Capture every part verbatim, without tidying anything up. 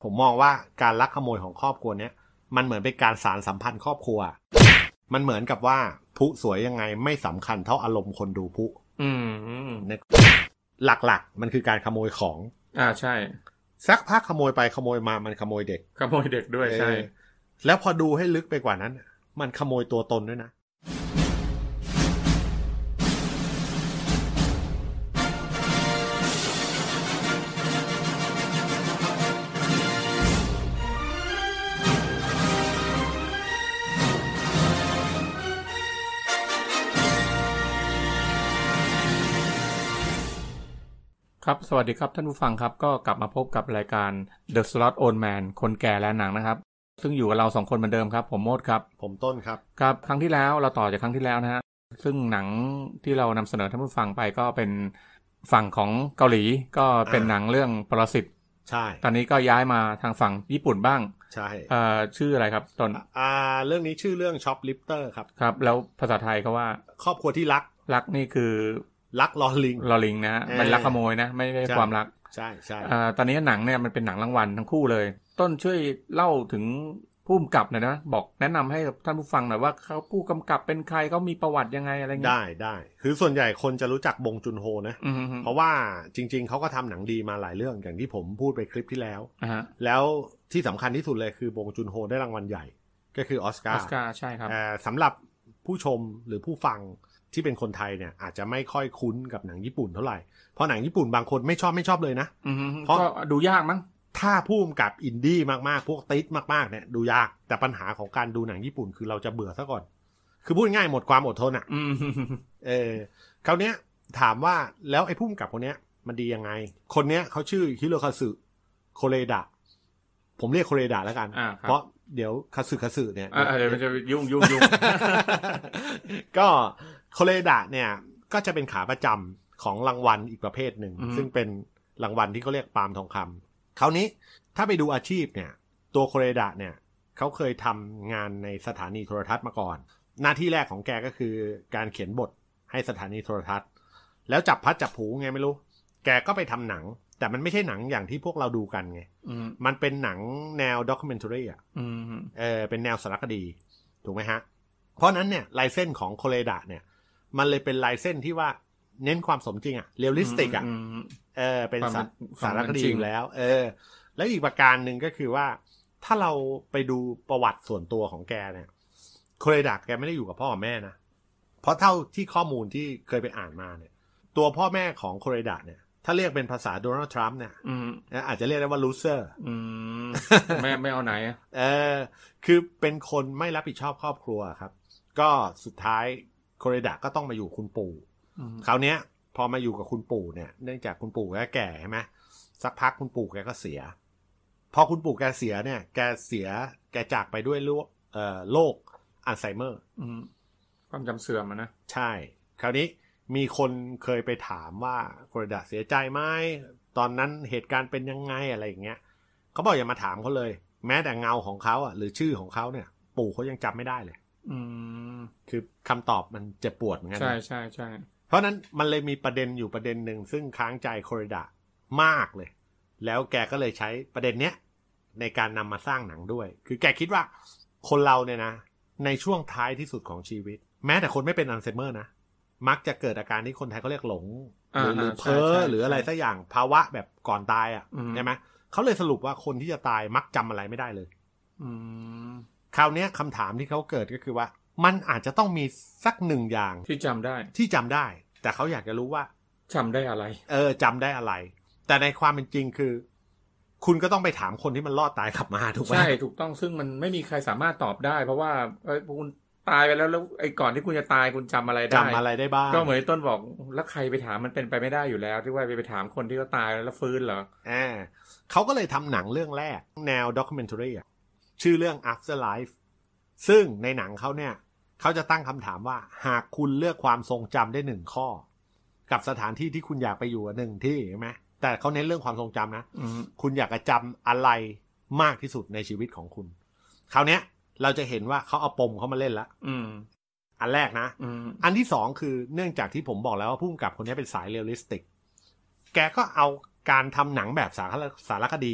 ผมมองว่าการลักขโมยของครอบครัวเนี้ยมันเหมือนเป็นการสานสัมพันธ์ครอบครัวมันเหมือนกับว่าพลุสวยยังไงไม่สำคัญเท่าอารมณ์คนดูพลุอืมหลักๆมันคือการขโมยของอ่าใช่สักพักขโมยไปขโมยมามันขโมยเด็กขโมยเด็กด้วยใช่แล้วพอดูให้ลึกไปกว่านั้นมันขโมยตัวตนด้วยนะครับสวัสดีครับท่านผู้ฟังครับก็กลับมาพบกับรายการ The Slot Old Man คนแก่และหนังนะครับซึ่งอยู่กับเราสองคนเหมือนเดิมครับผมโมดครับผมต้นครับครับครั้งที่แล้วเราต่อจากครั้งที่แล้วนะฮะซึ่งหนังที่เรานำเสนอท่านผู้ฟังไปก็เป็นฝั่งของเกาหลีก็เป็นหนังเรื่องปรสิตใช่ตอนนี้ก็ย้ายมาทางฝั่งญี่ปุ่นบ้างใช่เอ่อชื่ออะไรครับต้นอ่าเรื่องนี้ชื่อเรื่อง Shoplifter ครับครับแล้วภาษาไทยเขาว่าครอบครัวที่รักรักนี่คือรักลอลิงลอลิงนะมันรักขโมยนะไม่ใช่ความรักใช่ใช่อ่าตอนนี้หนังเนี่ยมันเป็นหนังรางวัลทั้งคู่เลยต้นช่วยเล่าถึงผู้กำกับหน่อยนะบอกแนะนำให้ท่านผู้ฟังหน่อยว่าเขาผู้กำกับเป็นใครเขามีประวัติยังไงอะไรเงี้ยได้ได้คือส่วนใหญ่คนจะรู้จักบงจุนโฮนะเพราะว่าจริงๆเขาก็ทำหนังดีมาหลายเรื่องอย่างที่ผมพูดไปคลิปที่แล้วแล้วที่สำคัญที่สุดเลยคือบงจุนโฮได้รางวัลใหญ่ก็คือออสการ์ออสการ์ใช่ครับสำหรับผู้ชมหรือผู้ฟังที่เป็นคนไทยเนี่ยอาจจะไม่ค่อยคุ้นกับหนังญี่ปุ่นเท่าไหร่เพราะหนังญี่ปุ่นบางคนไม่ชอบไม่ชอบเลยนะเพราะดูยากมั้งถ้าผู้กำกับอินดี้มากๆพวกติดมากๆเนี่ยดูยากแต่ปัญหาของการดูหนังญี่ปุ่นคือเราจะเบื่อซะก่อนคือพูดง่ายหมดความอดทนอ่ะเออคราวเนี้ยถามว่าแล้วไอ้ผู้กำกับคนเนี้ยมันดียังไงคนเนี้ยเขาชื่อฮิโรคาสึโคเรดะผมเรียกโคเรดะแล้วกันเพราะเดี๋ยวคาสึคาสึเนี่ยเดี๋ยวมันจะยุ่งยุ่งยุ่งก็โคเรดะเนี่ยก็จะเป็นขาประจำของรางวัลอีกประเภทหนึ่งซึ่งเป็นรางวัลที่เขาเรียกปาล์มทองคำคราวนี้ถ้าไปดูอาชีพเนี่ยตัวโคเรดะเนี่ยเขาเคยทำงานในสถานีโทรทัศน์มาก่อนหน้าที่แรกของแกก็คือการเขียนบทให้สถานีโทรทัศน์แล้วจับพัดจับผูไงไม่รู้แกก็ไปทำหนังแต่มันไม่ใช่หนังอย่างที่พวกเราดูกันไงมันเป็นหนังแนวด็อกิเมนทารีอ่ะเออเป็นแนวสารคดีถูกไหมฮะเพราะนั้นเนี่ยลายเส้นของโคเรดะเนี่ยมันเลยเป็นลายเส้นที่ว่าเน้นความสมจริงอ่ะเรียลลิสติกอ่ะเออเป็นสารคดีอยู่แล้วเออแล้วอีกประการหนึ่งก็คือว่าถ้าเราไปดูประวัติส่วนตัวของแกเนี่ยโคเรดะแกไม่ได้อยู่กับพ่อกับแม่นะเพราะเท่าที่ข้อมูลที่เคยไปอ่านมาเนี่ยตัวพ่อแม่ของโคเรดะเนี่ยถ้าเรียกเป็นภาษาโดนัลด์ทรัมป์เนี่ยอาจจะเรียกได้ว่าลูเซอร์ไม่ไม่เอาไหนเออคือเป็นคนไม่รับผิดชอบครอบครัวครับก็สุดท้ายโคเรดะก็ต้องมาอยู่คุณปู่คราวเนี้ยพอมาอยู่กับคุณปู่เนี่ยเนื่องจากคุณปู่แกแก่ใช่ไหมสักพักคุณปู่แกก็เสียพอคุณปู่แกเสียเนี่ยแกเสียแกจากไปด้วยโรคเอ่อโรคอัลไซเมอร์ความจำเสื่อมนะใช่คราวนี้มีคนเคยไปถามว่าโคเรดะเสียใจไหมตอนนั้นเหตุการณ์เป็นยังไงอะไรอย่างเงี้ยเขาบอกอย่ามาถามเขาเลยแม้แต่เงาของเขาอ่ะหรือชื่อของเขาเนี่ยปู่เขายังจำไม่ได้เลยอืมคือคำตอบมันเจ็บปวดเหมือนกันใช่ใช่ใช่เพราะนั้นมันเลยมีประเด็นอยู่ประเด็นหนึ่งซึ่งค้างใจโคเรดะมากเลยแล้วแกก็เลยใช้ประเด็นเนี้ยในการนำมาสร้างหนังด้วยคือแกคิดว่าคนเราเนี่ยนะในช่วงท้ายที่สุดของชีวิตแม้แต่คนไม่เป็นอัลไซเมอร์นะมักจะเกิดอาการที่คนไทยเขาเรียกหลงหรือหรือเพ้อหรืออะไรสักอย่างภาวะแบบก่อนตายอ่ะใช่ไหมเขาเลยสรุปว่าคนที่จะตายมักจำอะไรไม่ได้เลยคราวนี้คำถามที่เขาเกิดก็คือว่ามันอาจจะต้องมีสักหนึ่งอย่างที่จำได้ที่จำได้แต่เขาอยากจะรู้ว่าจำได้อะไรเออจำได้อะไรแต่ในความเป็นจริงคือคุณก็ต้องไปถามคนที่มันรอดตายกลับมาถูกไหมใช่ถูกต้องซึ่งมันไม่มีใครสามารถตอบได้เพราะว่าเอ้ยคุณตายไปแล้วแล้วไอ้ก่อนที่คุณจะตายคุณจำอะไรได้จำอะไรได้บ้างก็เหมือนต้นบอกแล้วใครไปถามมันเป็นไปไม่ได้อยู่แล้วที่ว่าไปไปถามคนที่เขาตายแล้วฟื้นเหรออ่าเขาก็เลยทำหนังเรื่องแรกแนวด็อกิเมนทารีอ่ะชื่อเรื่อง Afterlife ซึ่งในหนังเขาเนี่ยเขาจะตั้งคำถามว่าหากคุณเลือกความทรงจำได้หนึ่งข้อกับสถานที่ที่คุณอยากไปอยู่หนึ่งที่ใช่ไหมแต่เขาเน้นเรื่องความทรงจำนะคุณอยากจะจำอะไรมากที่สุดในชีวิตของคุณคราวเนี้ยเราจะเห็นว่าเขาเอาปมเขามาเล่นละอันแรกนะ อ, อันที่สองคือเนื่องจากที่ผมบอกแล้วว่าผู้กำกับคนนี้เป็นสายเรียลลิสติกแกก็เอาการทำหนังแบบสารสารคดีเนี่ย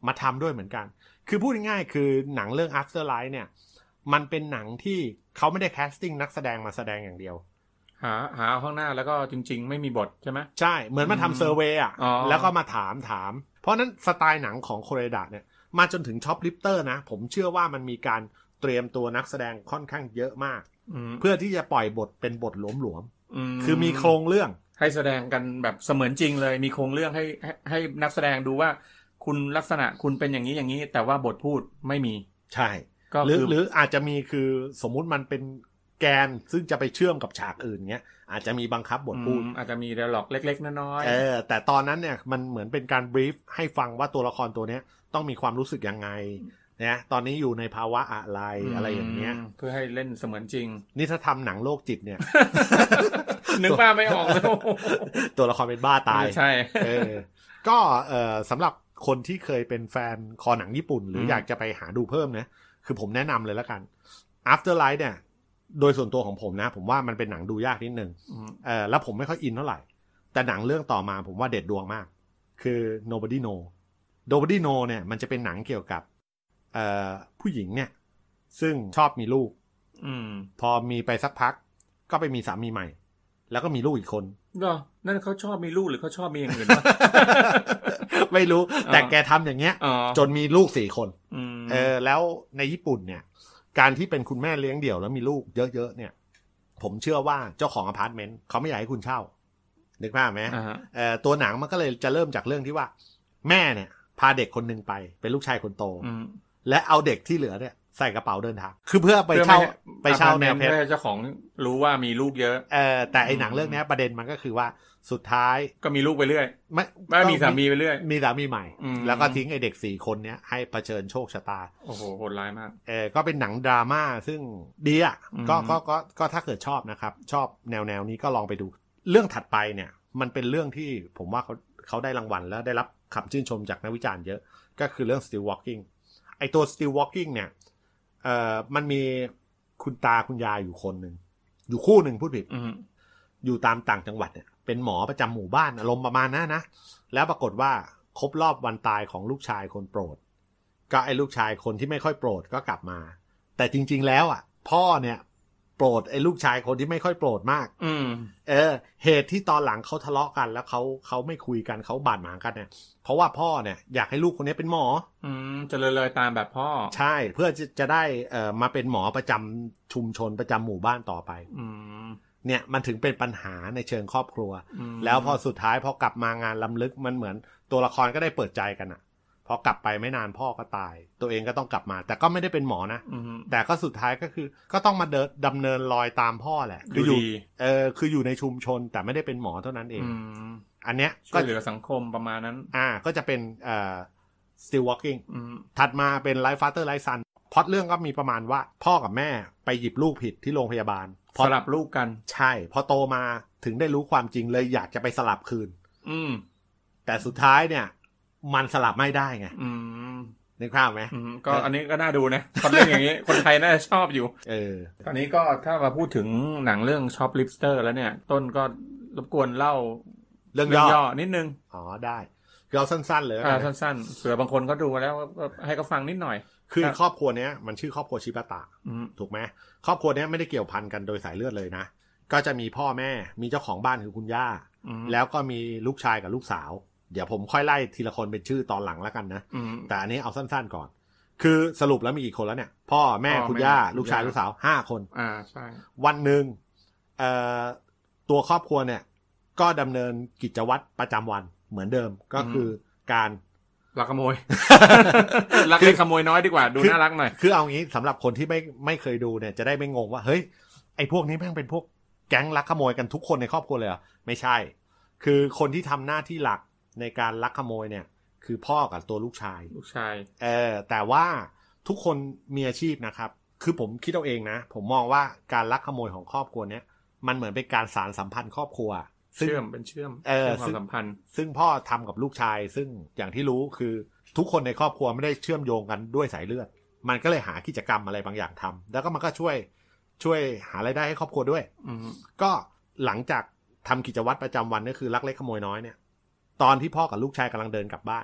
มาทำด้วยเหมือนกันคือพูดง่ายๆคือหนังเรื่อง Afterlife เนี่ยมันเป็นหนังที่เขาไม่ได้แคสติ้งนักแสดงมาแสดงอย่างเดียวหาหาข้างหน้าแล้วก็จริงๆไม่มีบทใช่ไหมใช่เหมือนมาทำเซอร์เวย์อ่ะแล้วก็มาถามถามเพราะนั้นสไตล์หนังของโคเรดะเนี่ยมาจนถึงช็อปลิฟเตอร์นะผมเชื่อว่ามันมีการเตรียมตัวนักแสดงค่อนข้างเยอะมากเพื่อที่จะปล่อยบทเป็นบทหลวมๆคือมีโครงเรื่องให้แสดงกันแบบเสมือนจริงเลยมีโครงเรื่องให้ให้ให้นักแสดงดูว่าคุณลักษณะคุณเป็นอย่างนี้อย่างนี้แต่ว่าบทพูดไม่มีใช่หรือหรืออาจจะมีคือสมมุติมันเป็นแกนซึ่งจะไปเชื่อมกับฉากอื่นเงี้ยอาจจะมีบังคับบทพูดอาจจะมีไดอะล็อกเล็กๆน้อยๆเออแต่ตอนนั้นเนี่ยมันเหมือนเป็นการบรีฟให้ฟังว่าตัวละครตัวเนี้ยต้องมีความรู้สึกยังไงนะตอนนี้อยู่ในภาวะอะไรอะไรอย่างเงี้ยเพื่อให้เล่นเสมือนจริงนี่ถ้าทำหนังโรคจิตเนี่ยนึกว่าไม่ออกเลยตัวละครเป็นบ้าตายใช่เออก็เออสำหรับคนที่เคยเป็นแฟนคอหนังญี่ปุ่นหรืออยากจะไปหาดูเพิ่มนะคือผมแนะนำเลยแล้วกัน Afterlife เนี่ยโดยส่วนตัวของผมนะผมว่ามันเป็นหนังดูยากนิดนึงเออแล้วผมไม่ค่อยอินเท่าไหร่แต่หนังเรื่องต่อมาผมว่าเด็ดดวงมากคือ Nobody Know Nobody Know เนี่ยมันจะเป็นหนังเกี่ยวกับเอ่อผู้หญิงเนี่ยซึ่งชอบมีลูกอืมพอมีไปสักพักก็ไปมีสามีใหม่แล้วก็มีลูกอีกคนเหรอนั่นเขาชอบมีลูกหรือเขาชอบมีอย่างอื่นวะไม่รู้แต่แกทำอย่างเงี้ยจนมีลูกสี่คนเออแล้วในญี่ปุ่นเนี่ยการที่เป็นคุณแม่เลี้ยงเดี่ยวแล้วมีลูกเยอะๆเนี่ยผมเชื่อว่าเจ้าของอพาร์ตเมนต์เขาไม่อยากให้คุณเช่านึกภาพไหม uh-huh. เอ่อตัวหนังมันก็เลยจะเริ่มจากเรื่องที่ว่าแม่เนี่ยพาเด็กคนนึงไปเป็นลูกชายคนโตและเอาเด็กที่เหลือเนี่ยใส่กระเป๋าเดินทางคือเพื่อไปเช่าไปเช่าแนวเพชรเจ้าของรู้ว่ามีลูกเยอะเออแต่ไอหนังเรื่องนี้ประเด็นมันก็คือว่าสุดท้ายก็มีลูกไปเรื่อยไม่ไม่มีสามีไปเรื่อยมีสามีใหม่แล้วก็ทิ้งไอเด็กสี่คนเนี้ยให้เผชิญโชคชะตาโอ้โหโหดร้ายมากเออก็เป็นหนังดราม่าซึ่งดีอ่ะก็ก็ก็ก็ถ้าเกิดชอบนะครับชอบแนวแนวนี้ก็ลองไปดูเรื่องถัดไปเนี่ยมันเป็นเรื่องที่ผมว่าเขาเขาได้รางวัลแล้วได้รับคำชื่นชมจากนักวิจารณ์เยอะก็คือเรื่อง Still Walking ไอตัว Still Walking เนี่ยเอ่อมันมีคุณตาคุณยายอยู่คนหนึ่งอยู่คู่หนึ่งพูดผิดอยู่ตามต่างจังหวัดเนี่ยเป็นหมอประจำหมู่บ้านอารมณ์ประมาณนั้นนะแล้วปรากฏว่าครบรอบวันตายของลูกชายคนโปรดก็ไอ้ลูกชายคนที่ไม่ค่อยโปรดก็กลับมาแต่จริงๆแล้วอ่ะพ่อเนี่ยโปรดไอ้ลูกชายคนที่ไม่ค่อยโปรดมากอืมเออเหตุที่ตอนหลังเขาทะเลาะกันแล้วเขาเขาไม่คุยกันเขาบาดหมางกันเนี่ยเพราะว่าพ่อเนี่ยอยากให้ลูกคนนี้เป็นหมออืมจะเลยเลยตามแบบพ่อใช่เพื่อจะจะได้เอ่อมาเป็นหมอประจำชุมชนประจำหมู่บ้านต่อไปอืมเนี่ยมันถึงเป็นปัญหาในเชิงครอบครัวแล้วพอสุดท้ายพอกลับมางานล้ำลึกมันเหมือนตัวละครก็ได้เปิดใจกันอ่ะพอกลับไปไม่นานพ่อก็ตายตัวเองก็ต้องกลับมาแต่ก็ไม่ได้เป็นหมอนะแต่ก็สุดท้ายก็คือก็ต้องมาเดินดำเนินรอยตามพ่อแหละคืออยู่เออคืออยู่ในชุมชนแต่ไม่ได้เป็นหมอเท่านั้นเองอันเนี้ยก็เหลือสังคมประมาณนั้นอ่าก็จะเป็นเอ่อ Still Walking ถัดมาเป็น Life Father Life Son พล็อตเรื่องก็มีประมาณว่าพ่อกับแม่ไปหยิบลูกผิดที่โรงพยาบาลสลับลูกกันใช่พอโตมาถึงได้รู้ความจริงเลยอยากจะไปสลับคืนอืมแต่สุดท้ายเนี่ยมันสลับไม่ได้ไงอืมนึกภาพไหมก็อันนี้ก็น่าดูนะคนเล่นอย่างนี้ คนไทยน่าจะชอบอยู่เออตอนนี้ก็ถ้ามาพูดถึงหนังเรื่องช็อปลิฟเตอร์แล้วเนี่ยต้นก็รบกวนเล่าเรื่องย่อนิดนึงอ๋อได้คือเอาสั้นๆเลยอ่าสั้นๆเผื่อบางคนเขาดูแล้วให้เขาฟังนิดหน่อยคือครอบครัวเนี้ยมันชื่อครอบครัวชิบะตะถูกไหมครอบครัวเนี้ยไม่ได้เกี่ยวพันกันโดยสายเลือดเลยนะก็จะมีพ่อแม่มีเจ้าของบ้านคือคุณย่าแล้วก็มีลูกชายกับลูกสาวเดี๋ยวผมค่อยไล่ทีละคนเป็นชื่อตอนหลังแล้วกันนะแต่อันนี้เอาสั้นๆก่อนคือสรุปแล้วมีกี่คนแล้วเนี่ยพ่อแม่คุณย่าลูกชายลูกสาวห้าคนอ่าใช่วันหนึ่งเอ่อตัวครอบครัวเนี่ยก็ดำเนินกิจวัตรประจำวันเหมือนเดิมก็คือการลักขโมย ลักเล็กขโมยน้อยดีกว่าดูน่ารักหน่อยคือเอางี้สำหรับคนที่ไม่ไม่เคยดูเนี่ยจะได้ไม่งงว่าเฮ้ยไอ้พวกนี้แม่งเป็นพวกแก๊งลักขโมยกันทุกคนในครอบครัวเลยเหรอไม่ใช่คือคนที่ทำหน้าที่หลักในการลักขโมยเนี่ยคือพ่อกับตัวลูกชายลูกชายเออแต่ว่าทุกคนมีอาชีพนะครับคือผมคิดเอาเองนะผมมองว่าการลักขโมยของครอบครัวเนี้ยมันเหมือนเป็นการสานสัมพันธ์ครอบครัวเชื่อมเป็นเชื่อมเออความสัมพันธ์ซึ่งพ่อทำกับลูกชายซึ่งอย่างที่รู้คือทุกคนในครอบครัวไม่ได้เชื่อมโยงกันด้วยสายเลือดมันก็เลยหากิจกรรมอะไรบางอย่างทำแล้วก็มันก็ช่วยช่วยหารายได้ให้ครอบครัวด้วยก็หลังจากทำกิจวัตรประจำวันก็คือลักเล็กขโมยน้อยเนี่ยตอนที่พ่อกับลูกชายกำลังเดินกลับบ้าน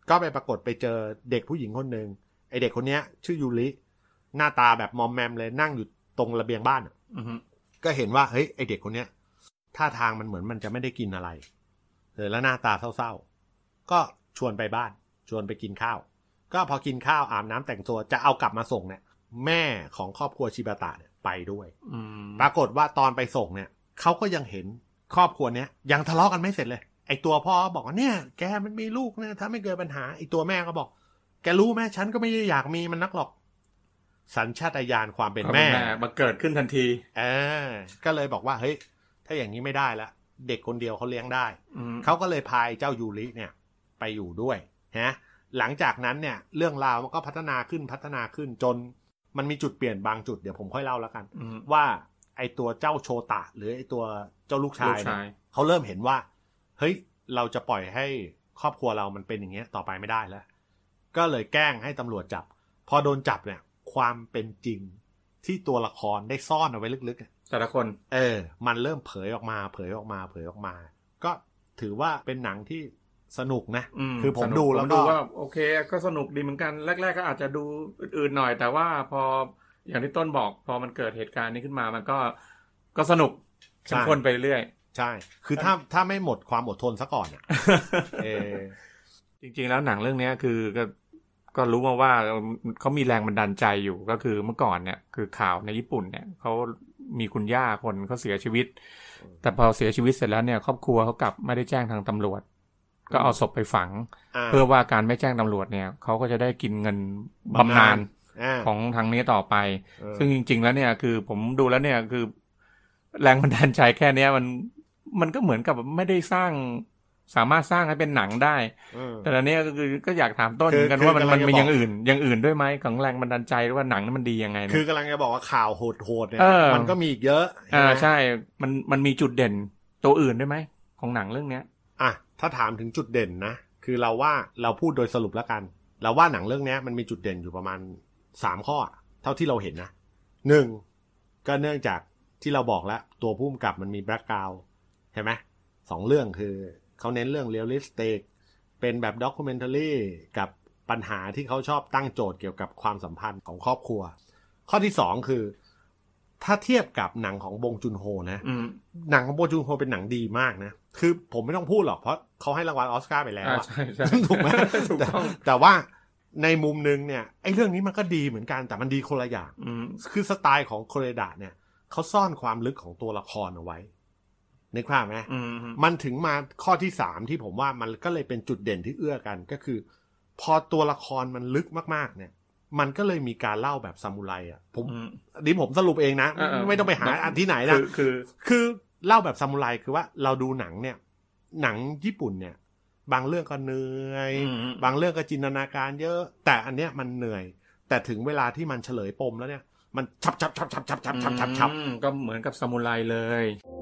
ก็ไปปรากฏไปเจอเด็กผู้หญิงคนหนึ่งไอเด็กคนนี้ชื่อยูริหน้าตาแบบมอมแมมเลยนั่งอยู่ตรงระเบียงบ้านอือก็เห็นว่าเฮ้ยไอเด็กคนนี้ท่าทางมันเหมือนมันจะไม่ได้กินอะไรเออแล้วหน้าตาเศร้าๆก็ชวนไปบ้านชวนไปกินข้าวก็พอกินข้าวอาบน้ำแต่งตัวจะเอากลับมาส่งเนี่ยแม่ของครอบครัวชิบาตะเนี่ยไปด้วยปรากฏว่าตอนไปส่งเนี่ยเขาก็ยังเห็นครอบครัวเนี้ยยังทะเลาะกันไม่เสร็จเลยไอตัวพ่อบอกว่าเนี่ยแกมันมีลูกนะถ้าไม่เกิดปัญหาไอตัวแม่ก็บอกแกรู้ไหมฉันก็ไม่ได้อยากมีมันนักหรอกสัญชาตญาณความเป็นแม่มาเกิดขึ้นทันทีเออก็เลยบอกว่าเฮ้ยถ้าอย่างนี้ไม่ได้ละเด็กคนเดียวเขาเลี้ยงได้เขาก็เลยพาเจ้ายูริเนี่ยไปอยู่ด้วยฮะหลังจากนั้นเนี่ยเรื่องราวมันก็พัฒนาขึ้นพัฒนาขึ้นจนมันมีจุดเปลี่ยนบางจุดเดี๋ยวผมค่อยเล่าแล้วกันว่าไอตัวเจ้าโชตะหรือไอตัวเจ้าลูกชายเนี่ยเขาเริ่มเห็นว่าเฮ้ยเราจะปล่อยให้ครอบครัวเรามันเป็นอย่างเงี้ยต่อไปไม่ได้แล้วก็เลยแกล้งให้ตำรวจจับพอโดนจับเนี่ยความเป็นจริงที่ตัวละครได้ซ่อนเอาไว้ลึกๆแต่ละคนเออมันเริ่มเผยออกมาเผยออกมาเผยออกมาก็ถือว่าเป็นหนังที่สนุกนะคือผมดูแล้วก็ว่าโอเคก็สนุกดีเหมือนกันแรกๆก็อาจจะดูอื่นๆหน่อยแต่ว่าพออย่างที่ต้นบอกพอมันเกิดเหตุการณ์นี้ขึ้นมามันก็ก็สนุกเข้มข้นไปเรื่อยใช่คือถ้าถ้าไม่หมดความอดทนซะก่อนอ่ะเออจริงๆแล้วหนังเรื่องนี้คือก็ก็รู้มาว่าเขามีแรงบันดาลใจอยู่ก็คือเมื่อก่อนเนี่ยคือข่าวในญี่ปุ่นเนี่ยเขามีคุณย่าคนเขาเสียชีวิตแต่พอเสียชีวิตเสร็จแล้วเนี่ยครอบครัวเขากลับไม่ได้แจ้งทางตำรวจก็เอาศพไปฝังเพื่อว่าการไม่แจ้งตำรวจเนี่ยเขาก็จะได้กินเงินบำนาญของทางนี้ต่อไปซึ่งจริงๆแล้วเนี่ยคือผมดูแล้วเนี่ยคือแรงบันดาลใจแค่นี้มันมันก็เหมือนกับไม่ได้สร้างสามารถสร้างให้เป็นหนังได้แต่ตอนนี้ก็คือก็อยากถามต้นเหมือนกันว่ามันมันมีอย่างอื่นอย่างอื่นด้วยไหมของแรงบันดาลใจว่าหนังนั้นมันดียังไงคือกำลังจะบอกว่าข่าวโหดๆเนี่ยมันก็มีอีกเยอะอ่าใช่มันมันมีจุดเด่นตัวอื่นด้วยไหมของหนังเรื่องนี้อ่ะถ้าถามถึงจุดเด่นนะคือเราว่าเราพูดโดยสรุปแล้วกันเราว่าหนังเรื่องนี้มันมีจุดเด่นอยู่ประมาณสามข้อเท่าที่เราเห็นนะหนึ่งก็เนื่องจากที่เราบอกแล้วตัวผู้กำกับมันมีแบ็คกราวด์ใช่ไหมสองเรื่องคือเขาเน้นเรื่องเรียลลิสติกเป็นแบบด็อกิเมนทารีกับปัญหาที่เขาชอบตั้งโจทย์เกี่ยวกับความสัมพันธ์ของครอบครัวข้อที่สองคือถ้าเทียบกับหนังของบงจุนโฮนะหนังของบงจุนโฮเป็นหนังดีมากนะคือผมไม่ต้องพูดหรอกเพราะเขาให้รางวัลออสการ์ไปแล้วถูกไหมแต่แต่ว่าในมุมนึงเนี่ยไอ้เรื่องนี้มันก็ดีเหมือนกันแต่มันดีคนละอย่างคือสไตล์ของโคเรดะเนี่ยเขาซ่อนความลึกของตัวละครเอาไว้นึกภาพไหมมันถึงมาข้อที่สามที่ผมว่ามันก็เลยเป็นจุดเด่นที่เอื้อกันก็คือพอตัวละครมันลึกมากๆเนี่ยมันก็เลยมีการเล่าแบบซามูไรอ่ะผมนี่ผมสรุปเองนะไม่ต้องไปหาอันที่ไหนนะคือคือเล่าแบบซามูไรคือว่าเราดูหนังเนี่ยหนังญี่ปุ่นเนี่ยบางเรื่องก็เหนื่อยบางเรื่องก็จินตนาการเยอะแต่อันเนี้ยมันเหนื่อยแต่ถึงเวลาที่มันเฉลยปมแล้วเนี่ยมันฉับฉับฉับฉับฉับฉับฉับฉับฉับก็เหมือนกับซามูไรเลย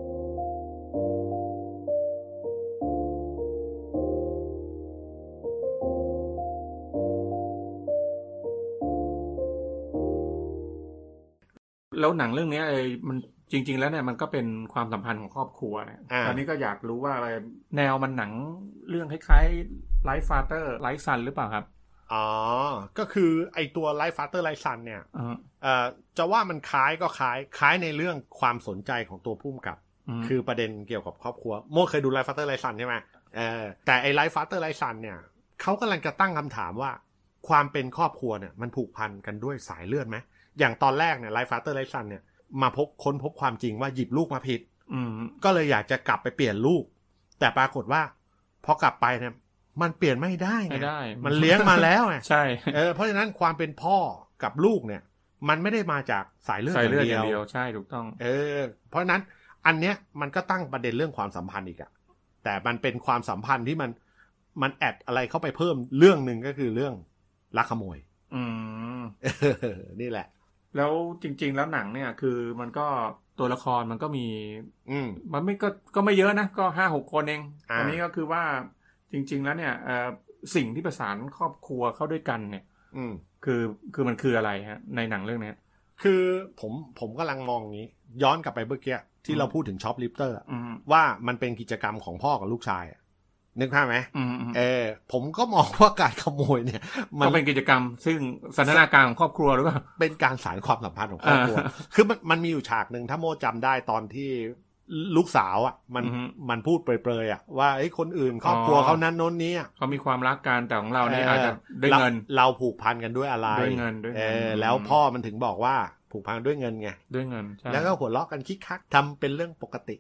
แล้วหนังเรื่องนี้ไอ้มันจริงๆแล้วเนี่ยมันก็เป็นความสัมพันธ์ของครอบครัวเนี่ยตอนนี้ก็อยากรู้ว่าอะไรแนวมันหนังเรื่องคล้ายๆไลฟ์ฟาเตอร์ไลฟ์ซันหรือเปล่าครับอ๋อก็คือไอตัวไลฟ์ฟาเตอร์ไลฟ์ซันเนี่ยเอ่อจะว่ามันคล้ายก็คล้ายคล้ายในเรื่องความสนใจของตัวผู้กำกับคือประเด็นเกี่ยวกับครอบครัวโมเคยดูไลฟ์ฟาเตอร์ไลฟ์ซันใช่ไหมเออแต่ไอไลฟ์ฟาเตอร์ไลฟ์ซันเนี่ยเขากำลังจะตั้งคำถามว่าความเป็นครอบครัวเนี่ยมันผูกพันกันด้วยสายเลือดไหมอย่างตอนแรกเนี่ยไลฟ์ฟาเตอร์ไลฟ์ซันเนี่ยมาพบค้นพบความจริงว่าหยิบลูกมาผิดก็เลยอยากจะกลับไปเปลี่ยนลูกแต่ปรากฏว่าพอกลับไปเนี่ยมันเปลี่ยนไม่ได้ไงมันเลี้ยงมาแล้วไงใช่เออเพราะฉะนั้นความเป็นพ่อกับลูกเนี่ยมันไม่ได้มาจากสายเลือดอย่างเดียวใช่ถูกต้องเออเพราะฉะนั้นอันเนี้ยมันก็ตั้งประเด็นเรื่องความสัมพันธ์อีกอะแต่มันเป็นความสัมพันธ์ที่มันมันแอดอะไรเข้าไปเพิ่มเรื่องนึงก็คือเรื่องลักขโมยอืมนี่แหละแล้วจริงๆแล้วหนังเนี่ยคือมันก็ตัวละครมันก็มีอืมมันไม่ก็ก็ไม่เยอะนะก็ ห้าหก คนเองอันนี้ก็คือว่าจริงๆแล้วเนี่ยเอ่อสิ่งที่ประสานครอบครัวเข้าด้วยกันเนี่ยอืมคือคือมันคืออะไรฮะในหนังเรื่องนี้คือผมผมกำลังมองงี้ย้อนกลับไปเมื่อกี้ที่เราพูดถึงช็อปลิฟเตอร์ว่ามันเป็นกิจกรรมของพ่อกับลูกชายนึกภาพไหมอืมเออผมก็มองว่าการขโมยเนี่ยมันเป็นกิจกรรมซึ่งสันทนาการของครอบครัวหรือเปล่าเป็นการสานความสัมพันธ์ของครอบครัวคือมันมันมีอยู่ฉากนึงถ้าโมจำได้ตอนที่ลูกสาวอ่ะมันมันพูดเปรยๆอ่ะว่าไอ้คนอื่นครอบครัวเขานั้นโน้นนี้เขามีความรักกันแต่ของเราเนี่ยอาจจะด้วยเงินเราผูกพันกันด้วยอะไรด้วยเงินด้วยเงินแล้วพ่อมันถึงบอกว่าผูกพันด้วยเงินไงด้วยเงินแล้วก็หัวเราะกันคิกคักทำเป็นเรื่องปกติ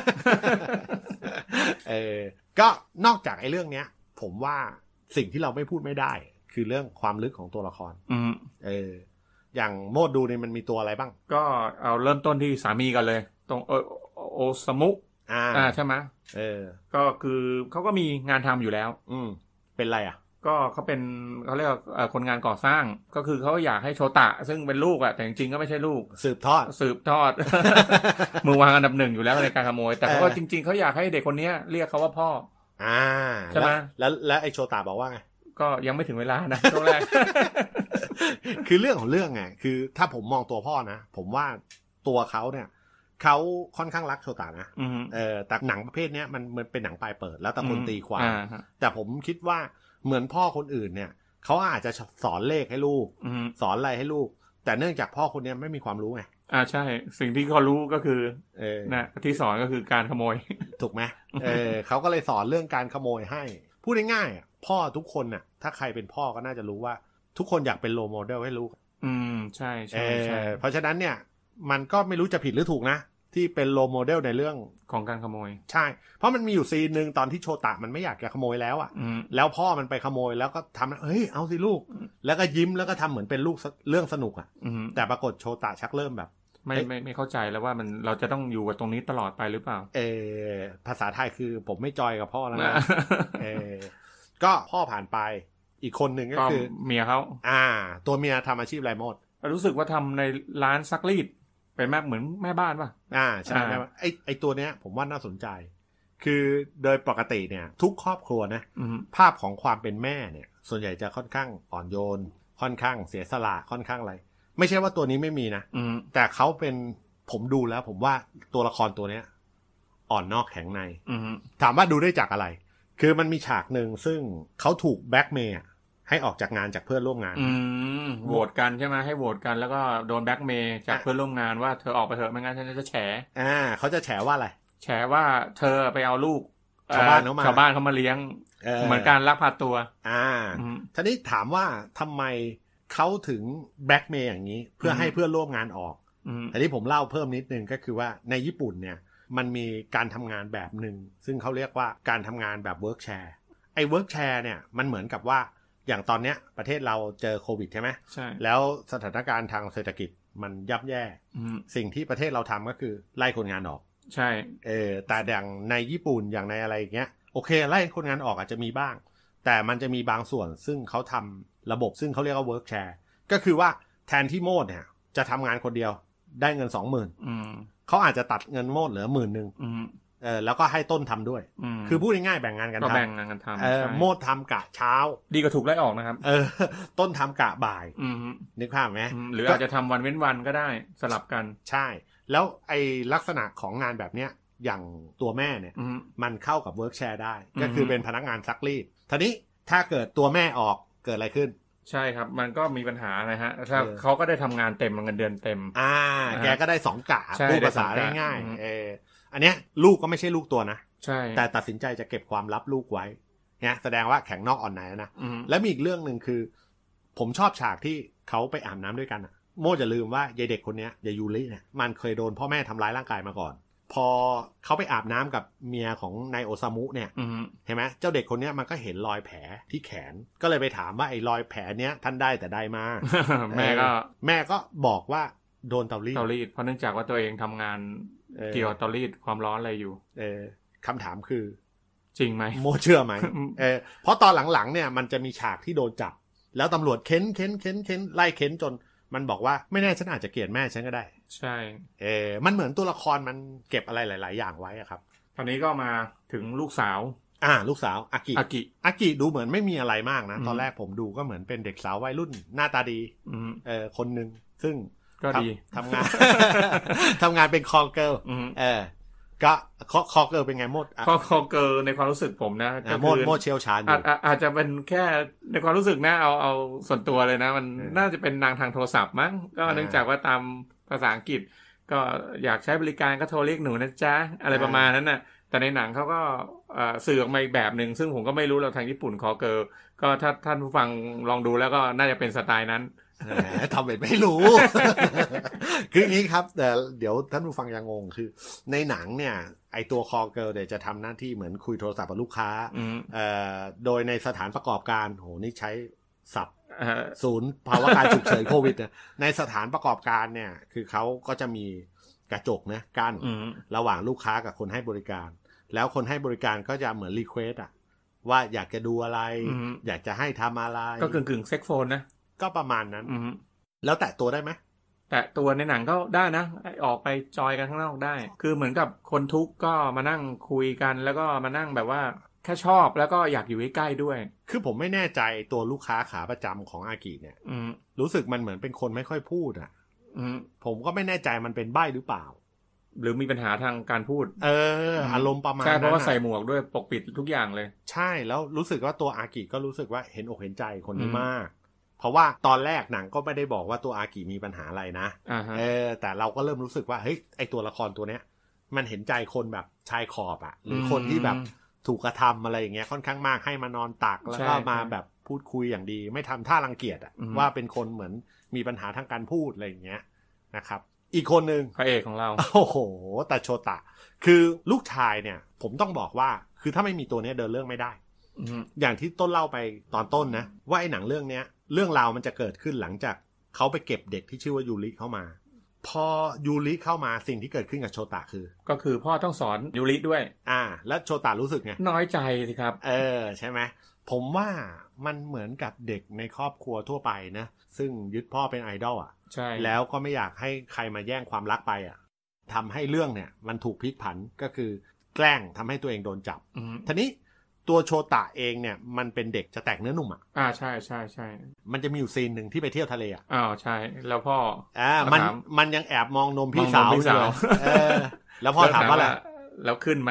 เออก็นอกจากไอ้เรื่องเนี้ยผมว่าสิ่งที่เราไม่พูดไม่ได้คือเรื่องความลึกของตัวละครอืมเอออย่างโมดดูเนี่ยมันมีตัวอะไรบ้างก็เอาเริ่มต้นที่สามีกันเลยตรงเออโอซามุอ่าอ่าใช่ไหมเออก็คือเขาก็มีงานทำอยู่แล้วอืมเป็นไรอ่ะก็เขาเป็นเขาเรียกว่าคนงานก่อสร้างก็คือเขาอยากให้โชตะซึ่งเป็นลูกอ่ะแต่จริงๆก็ไม่ใช่ลูกสืบทอดสืบทอด มือวางอันดับหนึ่งอยู่แล้วในการขโมยแต่เขาก็จริงๆเขาอยากให้เด็กคนนี้เรียกเขาว่าพ่ออ่าใช่ไหมแล้วแล้วไอ้โชตะบอกว่าไงก็ยังไม่ถึงเวลานะช่วงแรกคือเรื่องของเรื่องไงคือถ้าผมมองตัวพ่อนะผมว่าตัวเขาเนี่ยเขาค่อนข้างรักโชตะนะเออแต่หนังประเภทนี้มันมันเป็นหนังปลายเปิดแล้วแต่คนตีความแต่ผมคิดว่าเหมือนพ่อคนอื่นเนี่ยเขาอาจจะสอนเลขให้ลูกสอนอะไรให้ลูกแต่เนื่องจากพ่อคนนี้ไม่มีความรู้ไงอ่าใช่สิ่งที่เขารู้ก็คือเออนะที่สอนก็คือการขโมยถูกไหมเออเขาก็เลยสอนเรื่องการขโมยให้พูดง่ายๆพ่อทุกคนน่ะถ้าใครเป็นพ่อก็น่าจะรู้ว่าทุกคนอยากเป็นโรลโมเดลให้ลูกอืมใช่ใช่ใช่เพราะฉะนั้นเนี่ยมันก็ไม่รู้จะผิดหรือถูกนะที่เป็นโรลโมเดลในเรื่องของการขโมยใช่เพราะมันมีอยู่ซีนนึงตอนที่โชตะมันไม่อยากจะขโมยแล้วอ่ะแล้วพ่อมันไปขโมยแล้วก็ทำเฮ้ยเอาสิลูกแล้วก็ยิ้มแล้วก็ทำเหมือนเป็นลูกเรื่องสนุกอ่ะแต่ปรากฏโชตะชักเริ่มแบบไม่ไม่ไม่เข้าใจแล้วว่ามันเราจะต้องอยู่กับตรงนี้ตลอดไปหรือเปล่าเออภาษาไทยคือผมไม่จอยกับพ่อแล้วนะเออก็พ่อผ่านไปอีกคนหนึ่งก็คือเมียเขาอ่าตัวเมียทำอาชีพอะไรหมดรู้สึกว่าทำในร้านซักรีดเป็นแม่เหมือนแม่บ้านป่ะอ่าใช่แม่บ้านไอไอตัวเนี้ยผมว่าน่าสนใจคือโดยปกติเนี่ยทุกครอบครัวนะภาพของความเป็นแม่เนี่ยส่วนใหญ่จะค่อนข้างอ่อนโยนค่อนข้างเสียสละค่อนข้างอะไรไม่ใช่ว่าตัวนี้ไม่มีนะแต่เขาเป็นผมดูแล้วผมว่าตัวละครตัวเนี้ยอ่อนนอกแข็งในถามว่าดูได้จากอะไรคือมันมีฉากหนึ่งซึ่งเขาถูกแบล็กเมย์ให้ออกจากงานจากเพื่อนร่วมงานอืมโหวตกันใช่ไหมให้โหวตกันแล้วก็โดนแบล็กเมย์จากเพื่อนร่วมงานว่าเธอออกไปเถอะไม่งั้นฉันจะแฉอ่าเขาจะแฉว่าอะไรแฉว่าเธอไปเอาลูกชาวบ้านเขามาชาวบ้านเขามาเลี้ยงเหมือนการลักพาตัวอ่าทีนี้ถามว่าทำไมเขาถึงแบล็กเมย์อย่างนี้เพื่อให้เพื่อนร่วมงานออกอันนี้ผมเล่าเพิ่มนิดนึงก็คือว่าในญี่ปุ่นเนี่ยมันมีการทำงานแบบหนึ่งซึ่งเขาเรียกว่าการทำงานแบบเวิร์กแชร์ไอ้เวิร์กแชร์เนี่ยมันเหมือนกับว่าอย่างตอนเนี้ยประเทศเราเจอโควิดใช่ไหมใช่แล้วสถานการณ์ทางเศรษฐกิจมันย่ำแย่สิ่งที่ประเทศเราทำก็คือไล่คนงานออกใช่เออแต่อย่างในญี่ปุ่นอย่างในอะไรอย่างเงี้ยโอเคไล่คนงานออกอาจจะมีบ้างแต่มันจะมีบางส่วนซึ่งเขาทำระบบซึ่งเขาเรียกว่าเวิร์กแชร์ก็คือว่าแทนที่โมดเนี่ยจะทำงานคนเดียวได้เงินสองหมื่นเขาอาจจะตัดเงินโมดเหลือหมื่นหนึ่งเออแล้วก็ให้ต้นทำด้วยคือพูดง่ายๆแบ่งงานกันทำแบ่งงานกันทำเออโมดทำกะเช้าดีกว่าถูกไล่ออกนะครับเออต้นทำกะบ่ายนึกภาพไหมหรืออาจจะทำวันเว้นวันก็ได้สลับกันใช่แล้วไอ้ลักษณะของงานแบบเนี้ยอย่างตัวแม่เนี่ยมันเข้ากับเวิร์กแชร์ได้ก็คือเป็นพนักงานซักรีดทีนี้ถ้าเกิดตัวแม่ออกเกิดอะไรขึ้นใช่ครับมันก็มีปัญหานะฮะถ้าเขาก็ได้ทำงานเต็มเงินเดือนเต็มอ่าแกก็ได้สองกะพูดภาษาง่ายๆเอออันเนี้ยลูกก็ไม่ใช่ลูกตัวนะใช่แต่ตัดสินใจจะเก็บความลับลูกไว้เนี่ยแสดงว่าแข็งนอกอ่อนในนะและมีอีกเรื่องนึงคือผมชอบฉากที่เขาไปอาบน้ำด้วยกันอะโม่จะลืมว่ายายเด็กคนนี้ยายยูริเนี่ยมันเคยโดนพ่อแม่ทำร้ายร่างกายมาก่อนพอเขาไปอาบน้ำกับเมียของนายโอซามุเนี่ยเห็นไหมเจ้าเด็กคนนี้มันก็เห็นรอยแผลที่แขนก็เลยไปถามว่าไอ้รอยแผลเนี้ยท่านได้แต่ได้มาแม่ก็แม่ก็บอกว่าโดนเตารีดเตารีดเพราะเนื่องจากว่าตัวเองทำงานเกี่ยวกับเตารีดความร้อนอะไรอยู่เออคำถามคือจริงไหมโมเชื่อไหมเออเพราะตอนหลังๆเนี่ยมันจะมีฉากที่โดนจับแล้วตำรวจเค้นเค้นเค้นเค้นไล่เค้นจนมันบอกว่าไม่แน่ฉันอาจจะเกลียดแม่ฉันก็ได้ใช่เออมันเหมือนตัวละครมันเก็บอะไรหลายๆอย่างไว้อะครับตอนนี้ก็มาถึงลูกสาวอ่าลูกสาวอากิอากิอากิดูเหมือนไม่มีอะไรมากนะตอนแรกผมดูก็เหมือนเป็นเด็กสาววัยรุ่นหน้าตาดีเออคนนึงซึ่งก็ดีทำงาน ทำงานเป็นคอลเกิลเออก็คอเกอร์เป็นไงโมดคอคอเกอร์ในความรู้สึกผมนะก็โมดโมดเชี่ยวชาญอยู่อาจจะเป็นแค่ในความรู้สึกนะเอาเอาส่วนตัวเลยนะมันน่าจะเป็นนางทางโทรศัพท์มั้งก็เนื่องจากว่าตามภาษาอังกฤษก็อยากใช้บริการก็โทรเรียกหนูนะจ๊ะอะไรประมาณนั้นน่ะแต่ในหนังเขาก็สื่อออกมาอีกแบบนึงซึ่งผมก็ไม่รู้เราทางญี่ปุ่นคอเกอร์ก็ถ้าท่านผู้ฟังลองดูแล้วก็น่าจะเป็นสไตล์นั้นทำเป็นไม่รู้ คืออย่างนี้ครับแต่เดี๋ยวท่านผู้ฟังยังงงคือในหนังเนี่ยไอตัวคอเกิร์ลเนี่ยจะทำหน้าที่เหมือนคุยโทรศัพท์กับลูกค้าโดยในสถานประกอบการโหนี่ใช้ศัพท์ศูนย์ภาวะการฉุกเฉินโควิดเนี่ยในสถานประกอบการเนี่ยคือเขาก็จะมีกระจกนะกั้นระหว่างลูกค้ากับคนให้บริการแล้วคนให้บริการก็จะเหมือนรีเควสอะว่าอยากจะดูอะไรอยากจะให้ทำอะไรก็กึ่งกึ่งเซ็กโฟนนะก็ประมาณนั้นแล้วแตะตัวได้ไหมแตะตัวในหนังก็ได้นะออกไปจอยกันข้างนอกได้คือเหมือนกับคนทุกข์ก็มานั่งคุยกันแล้วก็มานั่งแบบว่าแค่ชอบแล้วก็อยากอยู่ใกล้ๆด้วยคือผมไม่แน่ใจตัวลูกค้าขาประจำของอากิเนี่ยรู้สึกมันเหมือนเป็นคนไม่ค่อยพูดอ่ะผมก็ไม่แน่ใจมันเป็นใบ้หรือเปล่าหรือมีปัญหาทางการพูดเอออารมณ์ประมาณนั้นใช่เพราะว่าใส่หมวกด้วยปกปิดทุกอย่างเลยใช่แล้วรู้สึกว่าตัวอากิก็รู้สึกว่าเห็นอกเห็นใจคนนี้มากเพราะว่าตอนแรกหนังก็ไม่ได้บอกว่าตัวอากิมีปัญหาอะไรนะ uh-huh. เออแต่เราก็เริ่มรู้สึกว่าเฮ้ยไอตัวละครตัวเนี้ยมันเห็นใจคนแบบชายขอบอะหรือคนที่แบบถูกกระทำอะไรอย่างเงี้ยค่อนข้างมากให้มานอนตักแล้วก็มาแบบพูดคุยอย่างดีไม่ทำท่ารังเกียจอะว่าเป็นคนเหมือนมีปัญหาทางการพูดอะไรอย่างเงี้ยนะครับอีกคนนึงพระเอกของเราโอ้โหแต่โชตะคือลูกชายเนี่ยผมต้องบอกว่าคือถ้าไม่มีตัวเนี้ยเดินเรื่องไม่ได้อย่างที่ต้นเล่าไปตอนต้นนะว่าไอ้หนังเรื่องเนี้ยเรื่องราวมันจะเกิดขึ้นหลังจากเขาไปเก็บเด็กที่ชื่อว่ายูริเข้ามาพอยูริเข้ามาสิ่งที่เกิดขึ้นกับโชตะคือก็คือพ่อต้องสอนยูริด้วยอ่าแล้วโชตะรู้สึกไงน้อยใจสิครับเออใช่ไหมผมว่ามันเหมือนกับเด็กในครอบครัวทั่วไปนะซึ่งยึดพ่อเป็นไอดอลอ่ะใช่แล้วก็ไม่อยากให้ใครมาแย่งความรักไปอ่ะทำให้เรื่องเนี่ยมันถูกพลิกผันก็คือแกล้งทำให้ตัวเองโดนจับทีนี้ตัวโชตะเองเนี่ยมันเป็นเด็กจะแตกเนื้อหนุ่มอ่ะอ่าใช่ใช่ใช่มันจะมีอยู่ซีนหนึ่งที่ไปเที่ยวทะเลอ่ะอ้าวใช่แล้วพ่ออ่ามันมันยังแอบมองนมพี่สาวอยู่เออแล้วพ่อถามว่าอะไรแล้วขึ้นไหม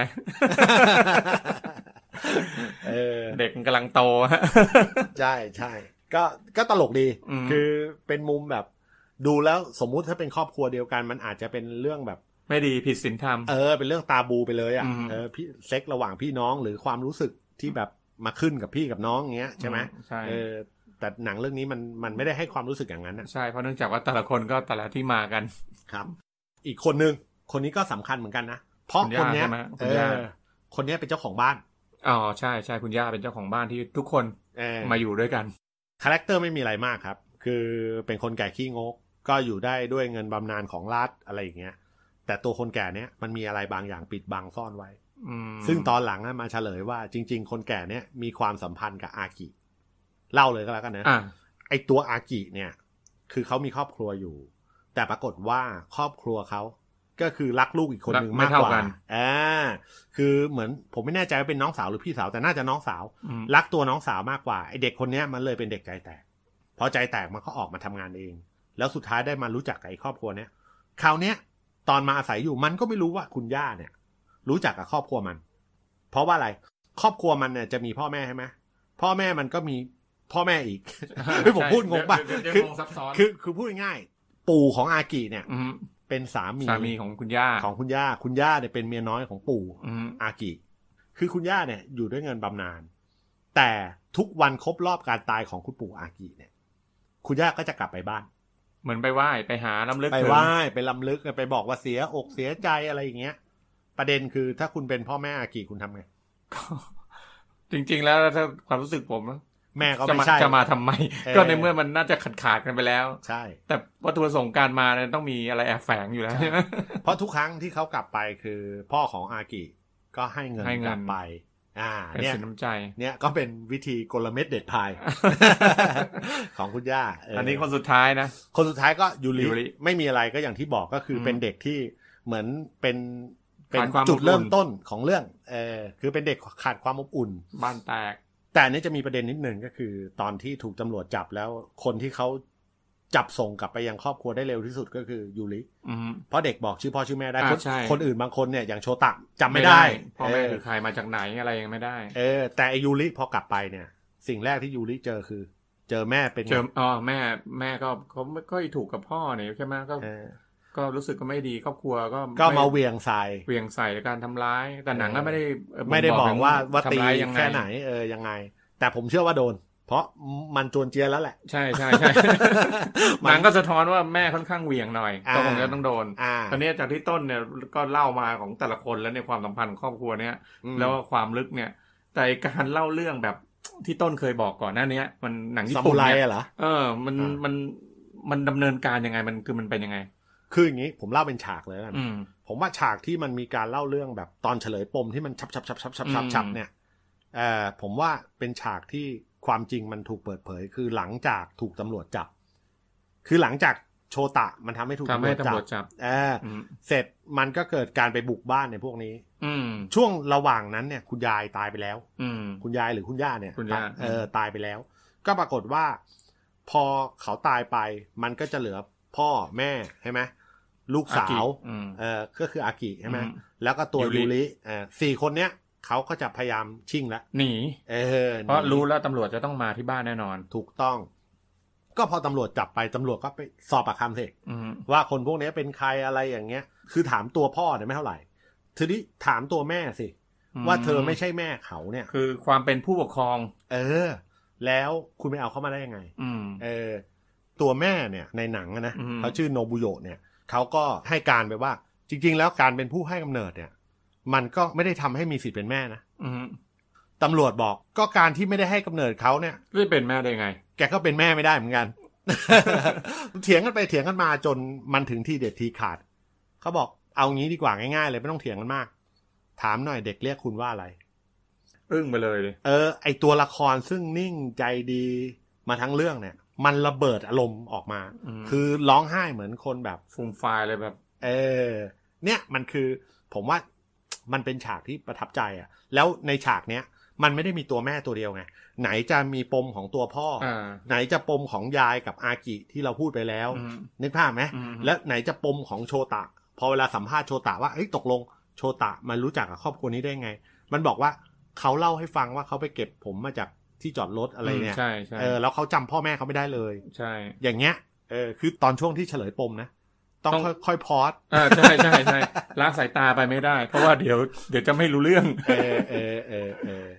เออเด็กมันกำลังโตใช่ใช่ก็ก็ตลกดีคือเป็นมุมแบบดูแล้วสมมุติถ้าเป็นครอบครัวเดียวกันมันอาจจะเป็นเรื่องแบบไม่ดีผิดศีลธรรมเออเป็นเรื่องตาบูไปเลยอ่ะเออพี่เซ็กระหว่างพี่น้องหรือความรู้สึกที่แบบมาขึ้นกับพี่กับน้องอย่างเงี้ยใช่ไหมใช่เออแต่หนังเรื่องนี้มันมันไม่ได้ให้ความรู้สึกอย่างนั้นอ่ะใช่เพราะเนื่องจากว่าแต่ละคนก็แต่ละที่มากันครับอีกคนนึงคนนี้ก็สำคัญเหมือนกันนะเพราะคนเนี้ยเออคนเนี้ยเป็นเจ้าของบ้านอ๋อใช่ใช่คุณย่าเป็นเจ้าของบ้านที่ทุกคนมาอยู่ด้วยกันคาแรคเตอร์ไม่มีอะไรมากครับคือเป็นคนแก่ขี้งกก็อยู่ได้ด้วยเงินบำนาญของรัฐอะไรอย่างเงี้ยแต่ตัวคนแก่เนี้ยมันมีอะไรบางอย่างปิดบังซ่อนไว้ซึ่งตอนหลังมาเฉลยว่าจริงๆคนแก่เนี้ยมีความสัมพันธ์กับอากิเล่าเลยก็แล้วกันนะไอตัวอากิเนี่ยคือเขามีครอบครัวอยู่แต่ปรากฏว่าครอบครัวเขาก็คือรักลูกอีกคนนึงมากกว่าอ่าคือเหมือนผมไม่แน่ใจว่าเป็นน้องสาวหรือพี่สาวแต่น่าจะน้องสาวรักตัวน้องสาวมากกว่าไอเด็กคนเนี้ยมันเลยเป็นเด็กใจแตกพอใจแตกมันก็ออกมาทำงานเองแล้วสุดท้ายได้มารู้จักกับไอครอบครัวเนี้ยคราวเนี้ยตอนมาอาศัยอยู่มันก็ไม่รู้ว่าคุณย่าเนี่ยรู้จักกับครอบครัวมันเพราะว่าอะไรครอบครัวมันเนี่ยจะมีพ่อแม่ใช่ไหมพ่อแม่มันก็มีพ่อแม่อีกคือผมพูดงงป่ะคือคือคือพูดง่ายๆปู่ของอากิเนี่ยเป็นสามีสามีของคุณย่าของคุณย่าคุณย่าเนี่ยเป็นเมียน้อยของปู่อากิคือคุณย่าเนี่ยอยู่ด้วยเงินบำนาญแต่ทุกวันครบรอบการตายของคุณปู่อากิเนี่ยคุณย่าก็จะกลับไปบ้านเหมือนไปไหว้ไปหาล้ำลึกไปไหว้ไปล้ำลึกไปบอกว่าเสียอกเสียใจอะไรอย่างเงี้ยประเด็นคือถ้าคุณเป็นพ่อแม่อากิคุณทำไงจริงๆแล้วถ้าความรู้สึกผมแม่ก็ไม่ใช่จะมาทำไมก็ในเมื่อมันน่าจะขาดขาดกันไปแล้วใช่แต่วัตถุประสงค์การมาเนี่ยต้องมีอะไรแอบแฝงอยู่แล้วใช่ไหมเพราะทุกครั้งที่เขากลับไปคือพ่อของอากิก็ให้เงินกลับไปอ่าเนี่ยเป็นน้ำใจเนี่ยก็เป็นวิธีกลเม็ดเด็ดพายของคุณย่าอันนี้คนสุดท้ายนะคนสุดท้ายก็ยูริไม่มีอะไรก็อย่างที่บอกก็คือเป็นเด็กที่เหมือนเป็นเป็นจุดเริ่มต้นของเรื่องเออคือเป็นเด็กขาดความอบอุ่นบ้านแตกแต่อันนี้จะมีประเด็นนิดนึงก็คือตอนที่ถูกตำรวจจับแล้วคนที่เขาจับส่งกลับไปยังครอบครัวได้เร็วที่สุดก็คือยูริอืมเพราะเด็กบอกชื่อพ่อชื่อแม่ได้อ่าคนใช่คนอื่นบางคนเนี่ยอย่างโชตะจำไม่ไม่ได้ได้พ่อแม่คือใครมาจากไหนอะไรยังไม่ได้เออแต่ไอยูริพอกลับไปเนี่ยสิ่งแรกที่ยูริเจอคือ เจอแม่เป็นเจออ๋อแม่แม่ก็เขาไม่ค่อยถูกกับพ่อเนี่ยใช่ไหมก็เออก็รู้สึกก็ไม่ดีครอบครัวก็ก็มาเหวี่ยงใส่เหวี่ยงใส่การทำร้ายแต่หนังก็ไม่ได้เไม่ได้บอกว่าว่าตีทำร้ยยังงแค่ไหนเออยังไง แต่ผมเชื่อว่าโดน เพราะมันจวนเจียนแล้วแหละใช่ใช่ใช่ หนังก็สะท้อนว่าแม่ค่อนข้างเหวี่ยงหน่อยก็คงจะต้องโดนอ่าตอนนี้จากที่ต้นเนี่ยก็เล่ามาของแต่ละคนแล้วในความสัมพันธ์ของครอบครัวเนี้ยแล้วความลึกเนี่ยแต่การเล่าเรื่องแบบที่ต้นเคยบอกก่อนหน้านี้มันหนังญี่ปุ่นเนี่ยเหรอเออมันมันมันดำเนินการยังไงมันคือมันเป็นยังไงคืออย่างนี้ผมเล่าเป็นฉากเลยกันอืมผมว่าฉากที่มันมีการเล่าเรื่องแบบตอนเฉลยปมที่มันชับชับชับชับชับชับชับเนี่ยเอ่อผมว่าเป็นฉากที่ความจริงมันถูกเปิดเผยคือหลังจากถูกตำรวจจับคือหลังจากโชตะมันทำให้ถูกตำรวจจับเออเสร็จมันก็เกิดการไปบุกบ้านในพวกนี้ช่วงระหว่างนั้นเนี่ยคุณยายตายไปแล้วคุณยายหรือคุณย่าเนี่ยเออตายไปแล้วก็ปรากฏว่าพอเขาตายไปมันก็จะเหลือพ่อแม่ใช่ไหมลูกสาวเออก็คืออากิใช่ไหมแล้วก็ตัวยูริเออสี่คนเนี้ยเขาก็จะพยายามชิ่งแล้วหนีเออเพราะรู้แล้วตำรวจจะต้องมาที่บ้านแน่นอนถูกต้องก็พอตำรวจจับไปตำรวจก็ไปสอบปากคำสิว่าคนพวกนี้เป็นใครอะไรอย่างเงี้ยคือถามตัวพ่อเนี่ยไม่เท่าไหร่ทีนี้ถามตัวแม่สิว่าเธอไม่ใช่แม่เขาเนี่ยคือความเป็นผู้ปกครองเออแล้วคุณไปเอาเข้ามาได้ยังไงเออตัวแม่เนี่ยในหนังนะเขาชื่อโนบุโยะเนี่ยเขาก็ให้การไปว่าจริงๆแล้วการเป็นผู้ให้กำเนิดเนี่ยมันก็ไม่ได้ทำให้มีสิทธิ์เป็นแม่นะตำรวจบอกก็การที่ไม่ได้ให้กำเนิดเขาเนี่ยจะเป็นแม่ได้ไงแกก็เป็นแม่ไม่ได้เหมือนกัน เถียงกันไปเถียงกันมาจนมันถึงที่เด็ดทีขาดเขาบอกเอางี้ดีกว่าง่ายๆเลยไม่ต้องเถียงกันมากถามหน่อยเด็กเรียกคุณว่าอะไรอึ้งไปเลยเลยเออไอตัวละครซึ่งนิ่งใจดีมาทั้งเรื่องเนี่ยมันระเบิดอารมณ์ออกมาคือร้องไห้เหมือนคนแบบฟูมไฟเลยแบบเออเนี่ยมันคือผมว่ามันเป็นฉากที่ประทับใจอ่ะแล้วในฉากเนี้ยมันไม่ได้มีตัวแม่ตัวเดียวไงไหนจะมีปมของตัวพ่อไหนจะปมของยายกับอากิที่เราพูดไปแล้วนึกภาพไหมแล้วไหนจะปมของโชตะพอเวลาสัมภาษณ์โชตะว่าเอ้ยตกลงโชตะมารู้จักกับครอบครัวนี้ได้ไงมันบอกว่าเขาเล่าให้ฟังว่าเขาไปเก็บผมมาจากที่จอดรถอะไรเนี่ยเออแล้วเขาจำพ่อแม่เขาไม่ได้เลยใช่อย่างเงี้ยเออคือตอนช่วงที่เฉลยปมนะต้องค่อยๆพอดอ่าใช่ใช่ใช่ล้างสายตาไปไม่ได้เพราะว่าเดี๋ยวเดี๋ยวจะไม่รู้เรื่องเออเออเออเออ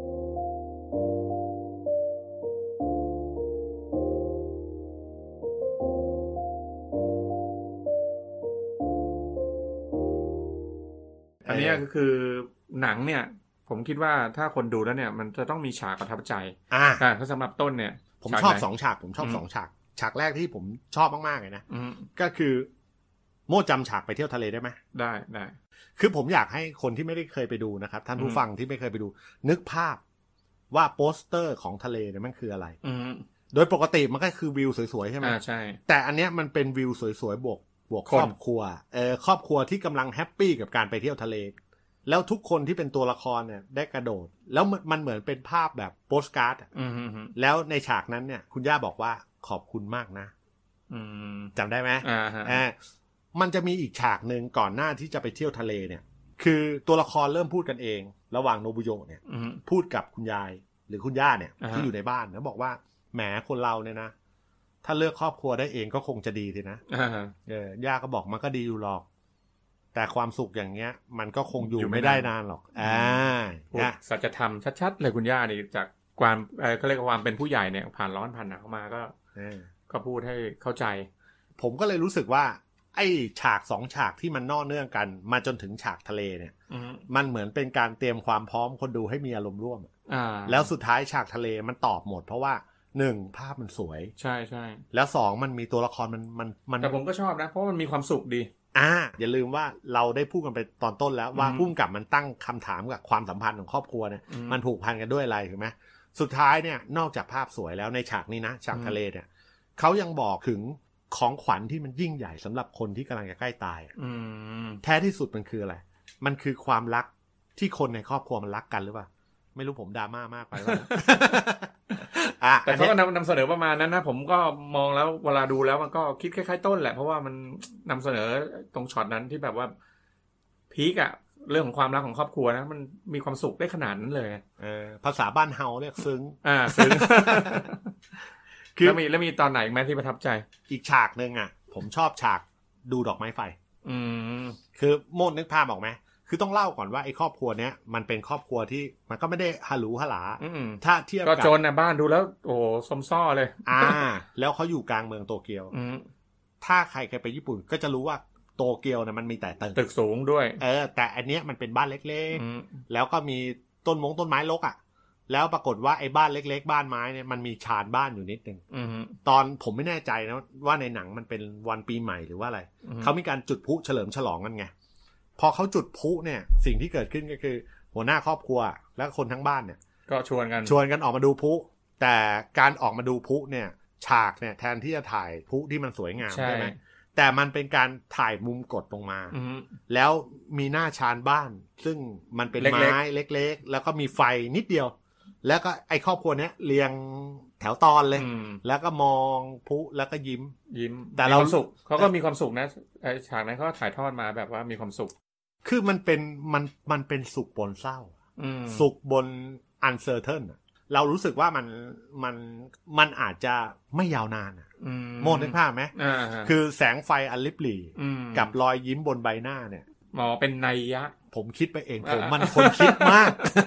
อันนี้ก็คือหนังเนี่ยผมคิดว่าถ้าคนดูแล้วเนี่ยมันจะต้องมีฉากประทับใจอ่าถ้าสำหรับต้นเนี่ยผมชอบสองฉากผมชอบสองฉากฉากแรกที่ผมชอบมากๆเลยนะก็คือโม่จำฉากไปเที่ยวทะเลได้ไหมได้ได้คือผมอยากให้คนที่ไม่ได้เคยไปดูนะครับท่านผู้ฟังที่ไม่เคยไปดูนึกภาพว่าโปสเตอร์ของทะเลเนี่ยมันคืออะไรโดยปกติมันก็คือวิวสวยๆใช่ไหมอ่าใช่แต่อันเนี้ยมันเป็นวิวสวยๆบวกบวกครอบครัวเออครอบครัวที่กำลังแฮปปี้กับการไปเที่ยวทะเลแล้วทุกคนที่เป็นตัวละครเนี่ยได้กระโดดแล้วมันเหมือนเป็นภาพแบบโปสการ์ดแล้วในฉากนั้นเนี่ยคุณย่าบอกว่าขอบคุณมากนะจำได้ไหมอ่ามันจะมีอีกฉากหนึ่งก่อนหน้าที่จะไปเที่ยวทะเลเนี่ยคือตัวละครเริ่มพูดกันเองระหว่างโนบุโยะเนี่ยพูดกับคุณยายหรือคุณย่าเนี่ยที่อยู่ในบ้านแล้วบอกว่าแหมคนเราเนี่ยนะถ้าเลือกครอบครัวได้เองก็คงจะดีทีนะเออย่าก็บอกมันก็ดีอยู่หรอกแต่ความสุขอย่างเงี้ยมันก็คงอยู่ไม่ได้นานหรอกอ่าสัจธรรมชัดๆเลยคุณย่านี่จากความเออเขาเรียกว่าความเป็นผู้ใหญ่เนี่ยผ่านร้อนผ่านหนาวมาก็ก็พูดให้เข้าใจผมก็เลยรู้สึกว่าไอ้ฉากสองฉากที่มันนอเนื่องกันมาจนถึงฉากทะเลเนี่ยมันเหมือนเป็นการเตรียมความพร้อมคนดูให้มีอารมณ์ร่วมแล้วสุดท้ายฉากทะเลมันตอบหมดเพราะว่าหนึ่งภาพมันสวยใช่ใช่แล้วสองมันมีตัวละครมันมันมันแต่ผมก็ชอบนะเพราะมันมีความสุขดีอ่าอย่าลืมว่าเราได้พูดกันไปตอนต้นแล้วว่าผู้กำกับมันตั้งคำถามกับความสัมพันธ์ของครอบครัวเนี่ยมันผูกพันกันด้วยอะไรถูกไหมสุดท้ายเนี่ยนอกจากภาพสวยแล้วในฉากนี้นะฉากทะเลเนี่ยเขายังบอกถึงของขวัญที่มันยิ่งใหญ่สำหรับคนที่กำลังจะใกล้ตายแท้ที่สุดมันคืออะไรมันคือความรักที่คนในครอบครัวมันรักกันหรือเปล่าไม่รู้ผมดราม่ามากไปว่า อ่าละแต่เขาก็นำนำเสนอประมาณนั้นนะผมก็มองแล้วเวลาดูแล้วมันก็คิดคล้ายๆต้นแหละเพราะว่ามันนำเสนอตรงช็อตนั้นที่แบบว่าพีคอะเรื่องของความรักของครอบครัวนะมันมีความสุขได้ขนาดนั้นเลยเออภาษาบ้านเฮาเรียกซึ้งอ่าซึ้ง แล้วมีแล้วมีตอนไหนไหมที่ประทับใจอีกฉากนึงอ่ะผมชอบฉากดูดอกไม้ไฟอืมคือโมดนึกภาพออกไหมคือต้องเล่าก่อนว่าไอ้ครอบครัวเนี้ยมันเป็นครอบครัวที่มันก็ไม่ได้ฮาหรูฮาหลาถ้าเทียบกับก็จนนะบ้านดูแล้วโอ้สมซ้อเลยอ่าแล้วเขาอยู่กลางเมืองโตเกียวถ้าใครเคยไปญี่ปุ่นก็จะรู้ว่าโตเกียวเนี่ยมันมีแต่ตึกตึกสูงด้วยเออแต่อันเนี้ยมันเป็นบ้านเล็กๆแล้วก็มีต้นมงต้นไม้รกอ่ะแล้วปรากฏว่าไอ้บ้านเล็กๆบ้านไม้เนี่ยมันมีชานบ้านอยู่นิดนึงตอนผมไม่แน่ใจนะว่าในหนังมันเป็นวันปีใหม่หรือว่าอะไรเขามีการจุดพลุเฉลิมฉลองกันไงพอเขาจุดพลุเนี่ยสิ่งที่เกิดขึ้นก็คือหัวหน้าครอบครัวและคนทั้งบ้านเนี่ยก็ชวนกันชวนกันออกมาดูพลุแต่การออกมาดูพลุเนี่ยฉากเนี่ยแทนที่จะถ่ายพลุที่มันสวยงามใช่ไหมแต่มันเป็นการถ่ายมุมกดลงมาแล้วมีหน้าชานบ้านซึ่งมันเป็นไม้เล็กๆแล้วก็มีไฟนิดเดียวแล้วก็ไอ้ครอบครัวเนี้ยเรียงแถวตอนเลยแล้วก็มองพลุแล้วก็ยิ้มยิ้มแต่เราสุขเขาก็มีความสุขนะไอ้ฉากนั้นเขาถ่ายทอดมาแบบว่ามีความสุขคือมันเป็นมันมันเป็นสุขบนเศร้าสุขบน uncertain เรารู้สึกว่ามันมันมันอาจจะไม่ยาวนานโมดนึกภาพไหมคือแสงไฟอันลิบหรี่กับรอยยิ้มบนใบหน้าเนี่ยอ๋อเป็นนัยยะผมคิดไปเองผมมันคนคิดมาก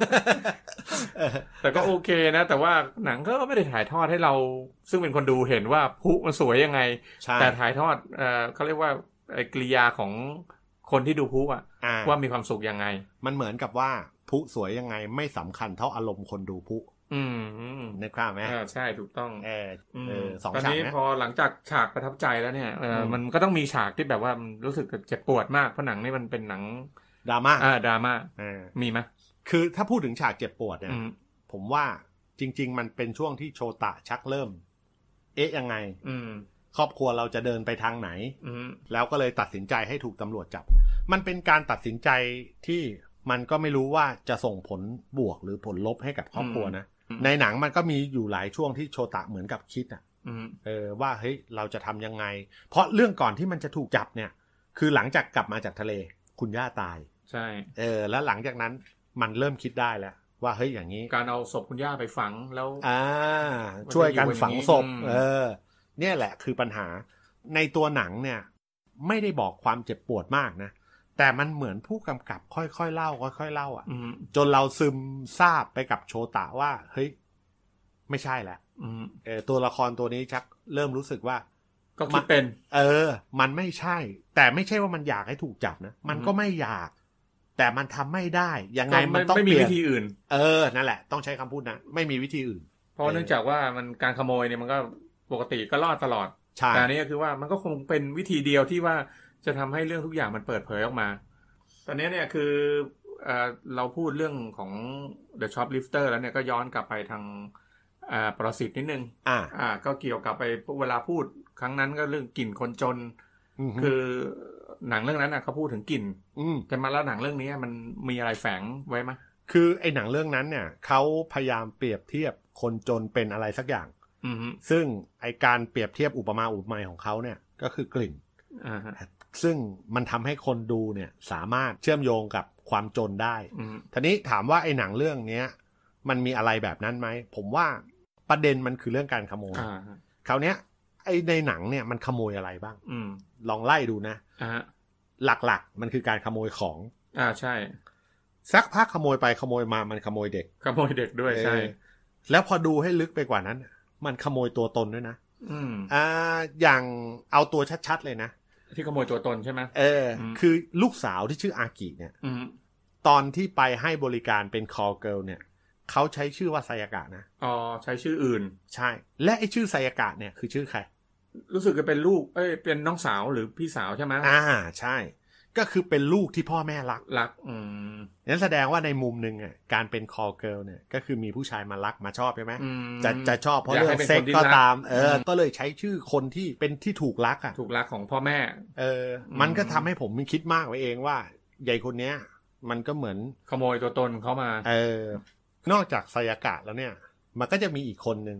แต่ก็โอเคนะแต่ว่าหนังก็ไม่ได้ถ่ายทอดให้เราซึ่งเป็นคนดูเห็นว่าพลุมันสวยยังไงแต่ถ่ายทอดเอ่อเขาเรียกว่าไอ้กริยาของคนที่ดูพลุอ่ะว่ามีความสุขยังไงมันเหมือนกับว่าพลุสวยยังไงไม่สำคัญเท่าอารมณ์คนดูพลุอืมนึกภาพไหมอ่าใช่ถูกต้องเออเออสองฉากตอนนี้พอหลังจากฉากประทับใจแล้วเนี่ยเออมันก็ต้องมีฉากที่แบบว่ารู้สึกเจ็บปวดมากเพราะหนังนี่มันเป็นหนังดราม่าอ่าดราม่ามีไหมคือถ้าพูดถึงฉากเจ็บปวดเนี่ยผมว่าจริงๆมันเป็นช่วงที่โชตะชักเริ่มเอ๊ะยังไงครอบครัวเราจะเดินไปทางไหนแล้วก็เลยตัดสินใจให้ถูกตำรวจจับมันเป็นการตัดสินใจที่มันก็ไม่รู้ว่าจะส่งผลบวกหรือผลลบให้กับครอบครัวนะในหนังมันก็มีอยู่หลายช่วงที่โชตะเหมือนกับคิดอ่ะเออว่าเฮ้ยเราจะทำยังไงเพราะเรื่องก่อนที่มันจะถูกจับเนี่ยคือหลังจากกลับมาจากทะเลคุณย่าตายใช่เออแล้วหลังจากนั้นมันเริ่มคิดได้แล้วว่าเฮ้ยอย่างนี้การเอาศพคุณย่าไปฝังแล้วอ่าช่วยกันฝังศพเออเนี่ยแหละคือปัญหาในตัวหนังเนี่ยไม่ได้บอกความเจ็บปวดมากนะแต่มันเหมือนผู้กำกับค่อยๆเล่าค่อยๆเล่าอ่ะจนเราซึมซาบไปกับโชตะว่าเฮ้ยไม่ใช่แล้วเออตัวละครตัวนี้ชักเริ่มรู้สึกว่าก็คิดเป็นเออมันไม่ใช่แต่ไม่ใช่ว่ามันอยากให้ถูกจับนะมันก็ไม่อยากแต่มันทำไม่ได้ยังไงมันต้องไม่มีวิธีอื่นเออนั่นแหละต้องใช้คำพูดนะไม่มีวิธีอื่นเพราะเนื่องจากว่ามันการขโมยเนี่ยมันก็ปกติก็รอดตลอดแต่อันนี้ก็คือว่ามันก็คงเป็นวิธีเดียวที่ว่าจะทำให้เรื่องทุกอย่างมันเปิดเผยออกมาตอนนี้เนี่ยคือเอ่อเราพูดเรื่องของ The Shoplifter แล้วเนี่ยก็ย้อนกลับไปทางอ่าปรสิตนิดนึงอ่าอ่าก็เกี่ยวกับไปเวลาพูดครั้งนั้นก็เรื่องกลิ่นคนจนคือหนังเรื่องนั้นน่ะเขาพูดถึงกลิ่นแต่มาแล้วหนังเรื่องนี้มันมีอะไรแฝงไว้ไหมคือไอ้หนังเรื่องนั้นเนี่ยเขาพยายามเปรียบเทียบคนจนเป็นอะไรสักอย่างซึ่งไอ้การเปรียบเทียบอุปมาอุปไมยของเขาเนี่ยก็คือกลิ่นซึ่งมันทำให้คนดูเนี่ยสามารถเชื่อมโยงกับความจนได้ทีนี้ถามว่าไอ้หนังเรื่องนี้มันมีอะไรแบบนั้นไหมผมว่าประเด็นมันคือเรื่องการขโมยคราวนี้ไอ้ในหนังเนี่ยมันขโมยอะไรบ้างลองไล่ดูนะหลักๆมันคือการขโมยของอ่าใช่สักพักขโมยไปขโมยมามันขโมยเด็กขโมยเด็กด้วยใช่แล้วพอดูให้ลึกไปกว่านั้นมันขโมยตัวตนด้วยนะอ่าอย่างเอาตัวชัดๆเลยนะที่ขโมยตัวตนใช่ไหมเออคือลูกสาวที่ชื่ออากิเนี่ยตอนที่ไปให้บริการเป็น call girl เนี่ยเขาใช้ชื่อว่าไซยากะนะอ๋อใช้ชื่ออื่นใช่และไอ้ชื่อไซยากะเนี่ยคือชื่อใครรู้สึกจะเป็นลูกเอ้ยเป็นน้องสาวหรือพี่สาวใช่ไหมอ่าใช่ก็คือเป็นลูกที่พ่อแม่รักรักอืมนั้นแสดงว่าในมุมนึงอ่ะการเป็น call girl เนี่ยก็คือมีผู้ชายมารักมาชอบใช่ไหมจะจะชอบเพราะเรื่องเซ็กก็ตามเออก็เลยใช้ชื่อคนที่เป็นที่ถูกรักอ่ะถูกรักของพ่อแม่เออมันก็ทำให้ผมมีคิดมากไว้เองว่าใหญ่คนเนี้ยมันก็เหมือนขโมยตัวตนเขามาเออนอกจากไซยากะแล้วเนี่ยมันก็จะมีอีกคนนึง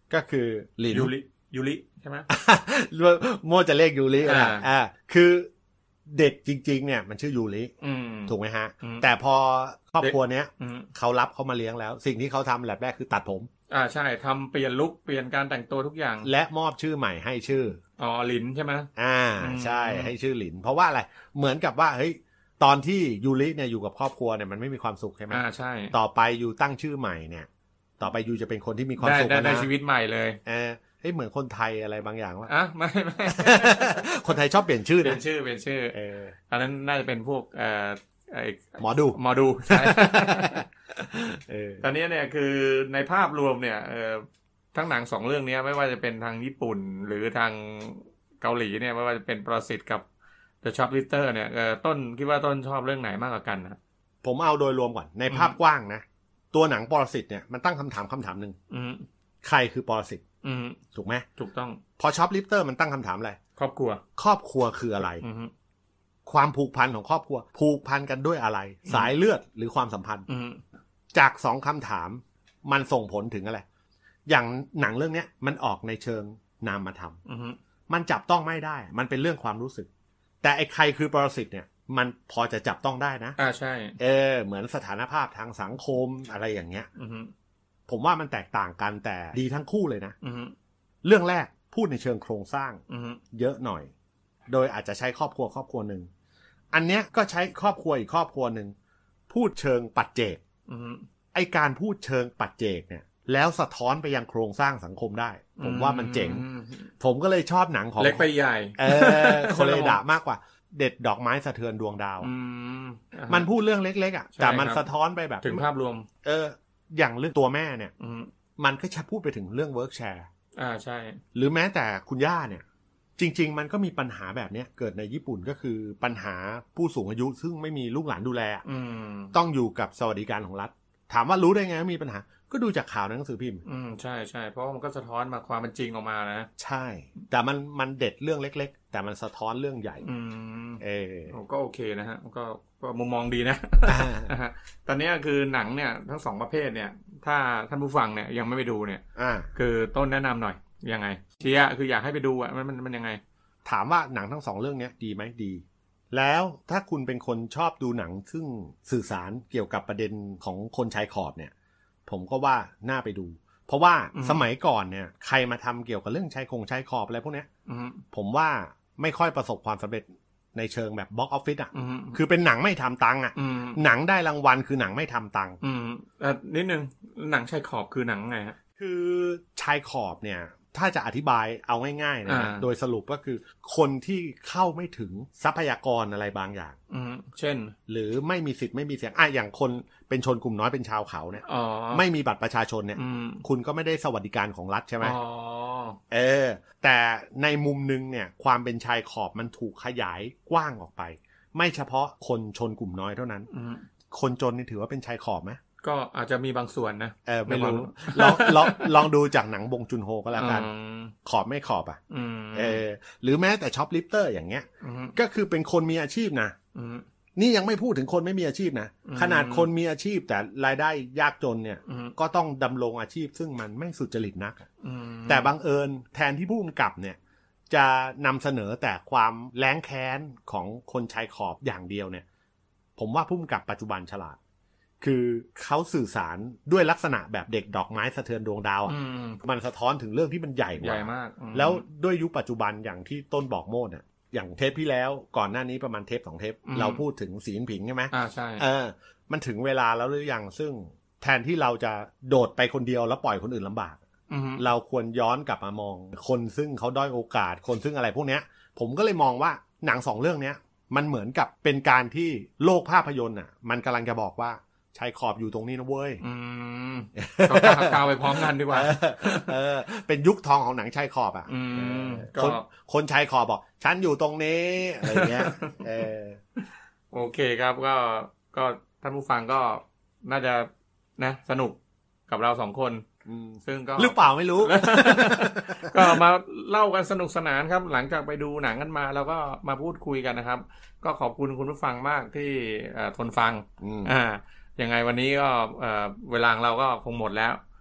ก็คือหลินยูริยูริใช่ไหมโมจะเรียกยูริอ่ะอ่าคือเด็กจริงๆเนี่ยมันชื่อยูริถูกไหมฮะแต่พอครอบครัวเนี้ยเขารับเขามาเลี้ยงแล้วสิ่งที่เขาทำแบบแรกคือตัดผมอ่าใช่ทำเปลี่ยนลุคเปลี่ยนการแต่งตัวทุกอย่างและมอบชื่อใหม่ให้ชื่ออ๋อหลินใช่ไหมอ่าใช่ให้ชื่อหลินเพราะว่าอะไรเหมือนกับว่าเฮ้ยตอนที่ยูริเนี่ยอยู่กับครอบครัวเนี่ยมันไม่มีความสุขใช่ไหมอ่าใช่ต่อไปยูตั้งชื่อใหม่เนี่ยต่อไปยูจะเป็นคนที่มีความสุขได้ได้ชีวิตใหม่เลยเออเฮ้ยเหมือนคนไทยอะไรบางอย่างวะอ่ะไม่ไม่คนไทยชอบเปลี่ยนชื่อเปลี่ยนชื่อเปลี่ยนชื่อเอออันนั้นน่าจะเป็นพวกเอ่อไอหมอดูหมอดูใช่เออตอนนี้เนี่ยคือในภาพรวมเนี่ยเอ่อทั้งหนังสองเรื่องนี้ไม่ว่าจะเป็นทางญี่ปุ่นหรือทางเกาหลีเนี่ยไม่ว่าจะเป็นปรสิตกับ The Shoplifter เนี่ยเอ่อต้นคิดว่าต้นชอบเรื่องไหนมากกว่ากันนะผมเอาโดยรวมก่อนในภาพกว้างนะตัวหนังปรสิตเนี่ยมันตั้งคำถามคำถามนึงใครคือปรสิตถูกไหมถูกต้องพอ Shoplifter มันตั้งคำถามอะไรครอบครัวครอบครัวคืออะไรความผูกพันของครอบครัวผูกพันกันด้วยอะไรสายเลือดหรือความสัมพันธ์จากสองคำถามมันส่งผลถึงอะไรอย่างหนังเรื่องนี้มันออกในเชิงนามธรรมมันจับต้องไม่ได้มันเป็นเรื่องความรู้สึกแต่ไอ้ใครคือปรสิตเนี่ยมันพอจะจับต้องได้นะอ่าใช่เออเหมือนสถานภาพทางสังคมอะไรอย่างเงี้ยผมว่ามันแตกต่างกันแต่ดีทั้งคู่เลยนะเรื่องแรกพูดในเชิงโครงสร้างเยอะหน่อยโดยอาจจะใช้ครอบครัวครอบครัวหนึ่งอันเนี้ยก็ใช้ครอบครัวอีกครอบครัวหนึ่งพูดเชิงปัจเจกไอการพูดเชิงปัจเจกเนี่ยแล้วสะท้อนไปยังโครงสร้างสังคมได้ผมว่ามันเจ๋งผมก็เลยชอบหนังของเล็กไปใหญ่เออโคเรดะมากกว่าเด็ดดอกไม้สะเทือนดวงดาวมันพูดเรื่องเล็กๆอ่ะแต่มันสะท้อนไปแบบถึงภาพรวมเอออย่างเรื่องตัวแม่เนี่ยมันก็จะพูดไปถึงเรื่องเวิร์กแชร์อ่าใช่หรือแม้แต่คุณย่าเนี่ยจริงๆมันก็มีปัญหาแบบนี้เกิดในญี่ปุ่นก็คือปัญหาผู้สูงอายุซึ่งไม่มีลูกหลานดูแลต้องอยู่กับสวัสดิการของรัฐถามว่ารู้ได้ไงว่ามีปัญหาก็ดูจากข่าวในหนังสือพิมพ์อืมใช่ใช่เพราะมันก็สะท้อนมาความเป็นจริงออกมานะใช่แต่มันมันเด็ดเรื่องเล็กๆแต่มันสะท้อนเรื่องใหญ่อืมเออก็โอเคนะฮะก็ก็มุมมองดีนะตอนนี้คือหนังเนี่ยทั้งสองประเภทเนี่ยถ้าท่านผู้ฟังเนี่ยยังไม่ไปดูเนี่ยคือต้นแนะนำหน่อยยังไงเชียร์คืออยากให้ไปดูอ่ะมันมันมันยังไงถามว่าหนังทั้งสองเรื่องนี้ดีไหมดีแล้วถ้าคุณเป็นคนชอบดูหนังซึ่งสื่อสารเกี่ยวกับประเด็นของคนชายขอบเนี่ยผมก็ว่าน่าไปดูเพราะว่าสมัยก่อนเนี่ยใครมาทำเกี่ยวกับเรื่องชายคงชายขอบอะไรพวกเนี้ยผมว่าไม่ค่อยประสบความสำเร็จในเชิงแบบบ็อกออฟฟิศอ่ะคือเป็นหนังไม่ทำตังค์อ่ะหนังได้รางวัลคือหนังไม่ทำตังค์นิดนึงหนังชายขอบคือหนังไงฮะคือชายขอบเนี่ยถ้าจะอธิบายเอาง่ายๆนะโดยสรุปก็คือคนที่เข้าไม่ถึงทรัพยากรอะไรบางอย่างเช่นหรือไม่มีสิทธิ์ไม่มีเสียงอ่ะอย่างคนเป็นชนกลุ่มน้อยเป็นชาวเขาเนี่ยไม่มีบัตรประชาชนเนี่ยคุณก็ไม่ได้สวัสดิการของรัฐใช่ไหมเออแต่ในมุมนึงเนี่ยความเป็นชายขอบมันถูกขยายกว้างออกไปไม่เฉพาะคนชนกลุ่มน้อยเท่านั้นคนจนนี่ถือว่าเป็นชายขอบไหมก็อาจจะมีบางส่วนนะเออไม่รู้ลองลองลองดูจากหนังบงจุนโฮก็แล้วกันขอบไม่ขอบอ่ะเออหรือแม้แต่ช็อปลิฟเตอร์อย่างเงี้ยก็คือเป็นคนมีอาชีพนะนี่ยังไม่พูดถึงคนไม่มีอาชีพนะขนาดคนมีอาชีพแต่รายได้ยากจนเนี่ยก็ต้องดำรงอาชีพซึ่งมันไม่สุจริตนักแต่บังเอิญแทนที่ผู้กำกับเนี่ยจะนำเสนอแต่ความแร้งแค้นของคนชายขอบอย่างเดียวเนี่ยผมว่าผู้กำกับปัจจุบันฉลาดคือเขาสื่อสารด้วยลักษณะแบบเด็กดอกไม้สะเทือนดวงดาวอ่ะมันสะท้อนถึงเรื่องที่มันใหญ่ใหญ่มากแล้วด้วยยุคปัจจุบันอย่างที่ต้นบอกโมดเนี่ยอย่างเทปที่แล้วก่อนหน้านี้ประมาณเทปสองเทปเราพูดถึงสีนผิงใช่ไหมอ่าใช่เออมันถึงเวลาแล้วหรือยังซึ่งแทนที่เราจะโดดไปคนเดียวแล้วปล่อยคนอื่นลำบากเราควรย้อนกลับมามองคนซึ่งเขาด้อยโอกาสคนซึ่งอะไรพวกเนี้ยผมก็เลยมองว่าหนังสองเรื่องเนี้ยมันเหมือนกับเป็นการที่โลกภาพยนตร์อ่ะมันกำลังจะบอกว่าชายขอบอยู่ตรงนี้นะเว้ยอืมก็กาวไปพร้อมกันดีกว่าเออเป็นยุคทองของหนังชายขอบอ่ะคนคนชายขอบบอกฉันอยู่ตรงนี้อะไรเงี้ยเออโอเคครับก็ก็ท่านผู้ฟังก็น่าจะนะสนุกกับเราสองคนซึ่งก็หรือเปล่าไม่รู้ก็มาเล่ากันสนุกสนานครับหลังจากไปดูหนังกันมาแล้วก็มาพูดคุยกันนะครับก็ขอบคุณคุณผู้ฟังมากที่ทนฟังอ่ายังไงวันนี้ก็เวลาเราก็คงหมดแล้ว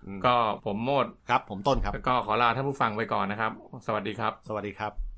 ก็ผมโมดครับผมต้นครับแล้วก็ขอลาท่านผู้ฟังไปก่อนนะครับสวัสดีครับสวัสดีครับ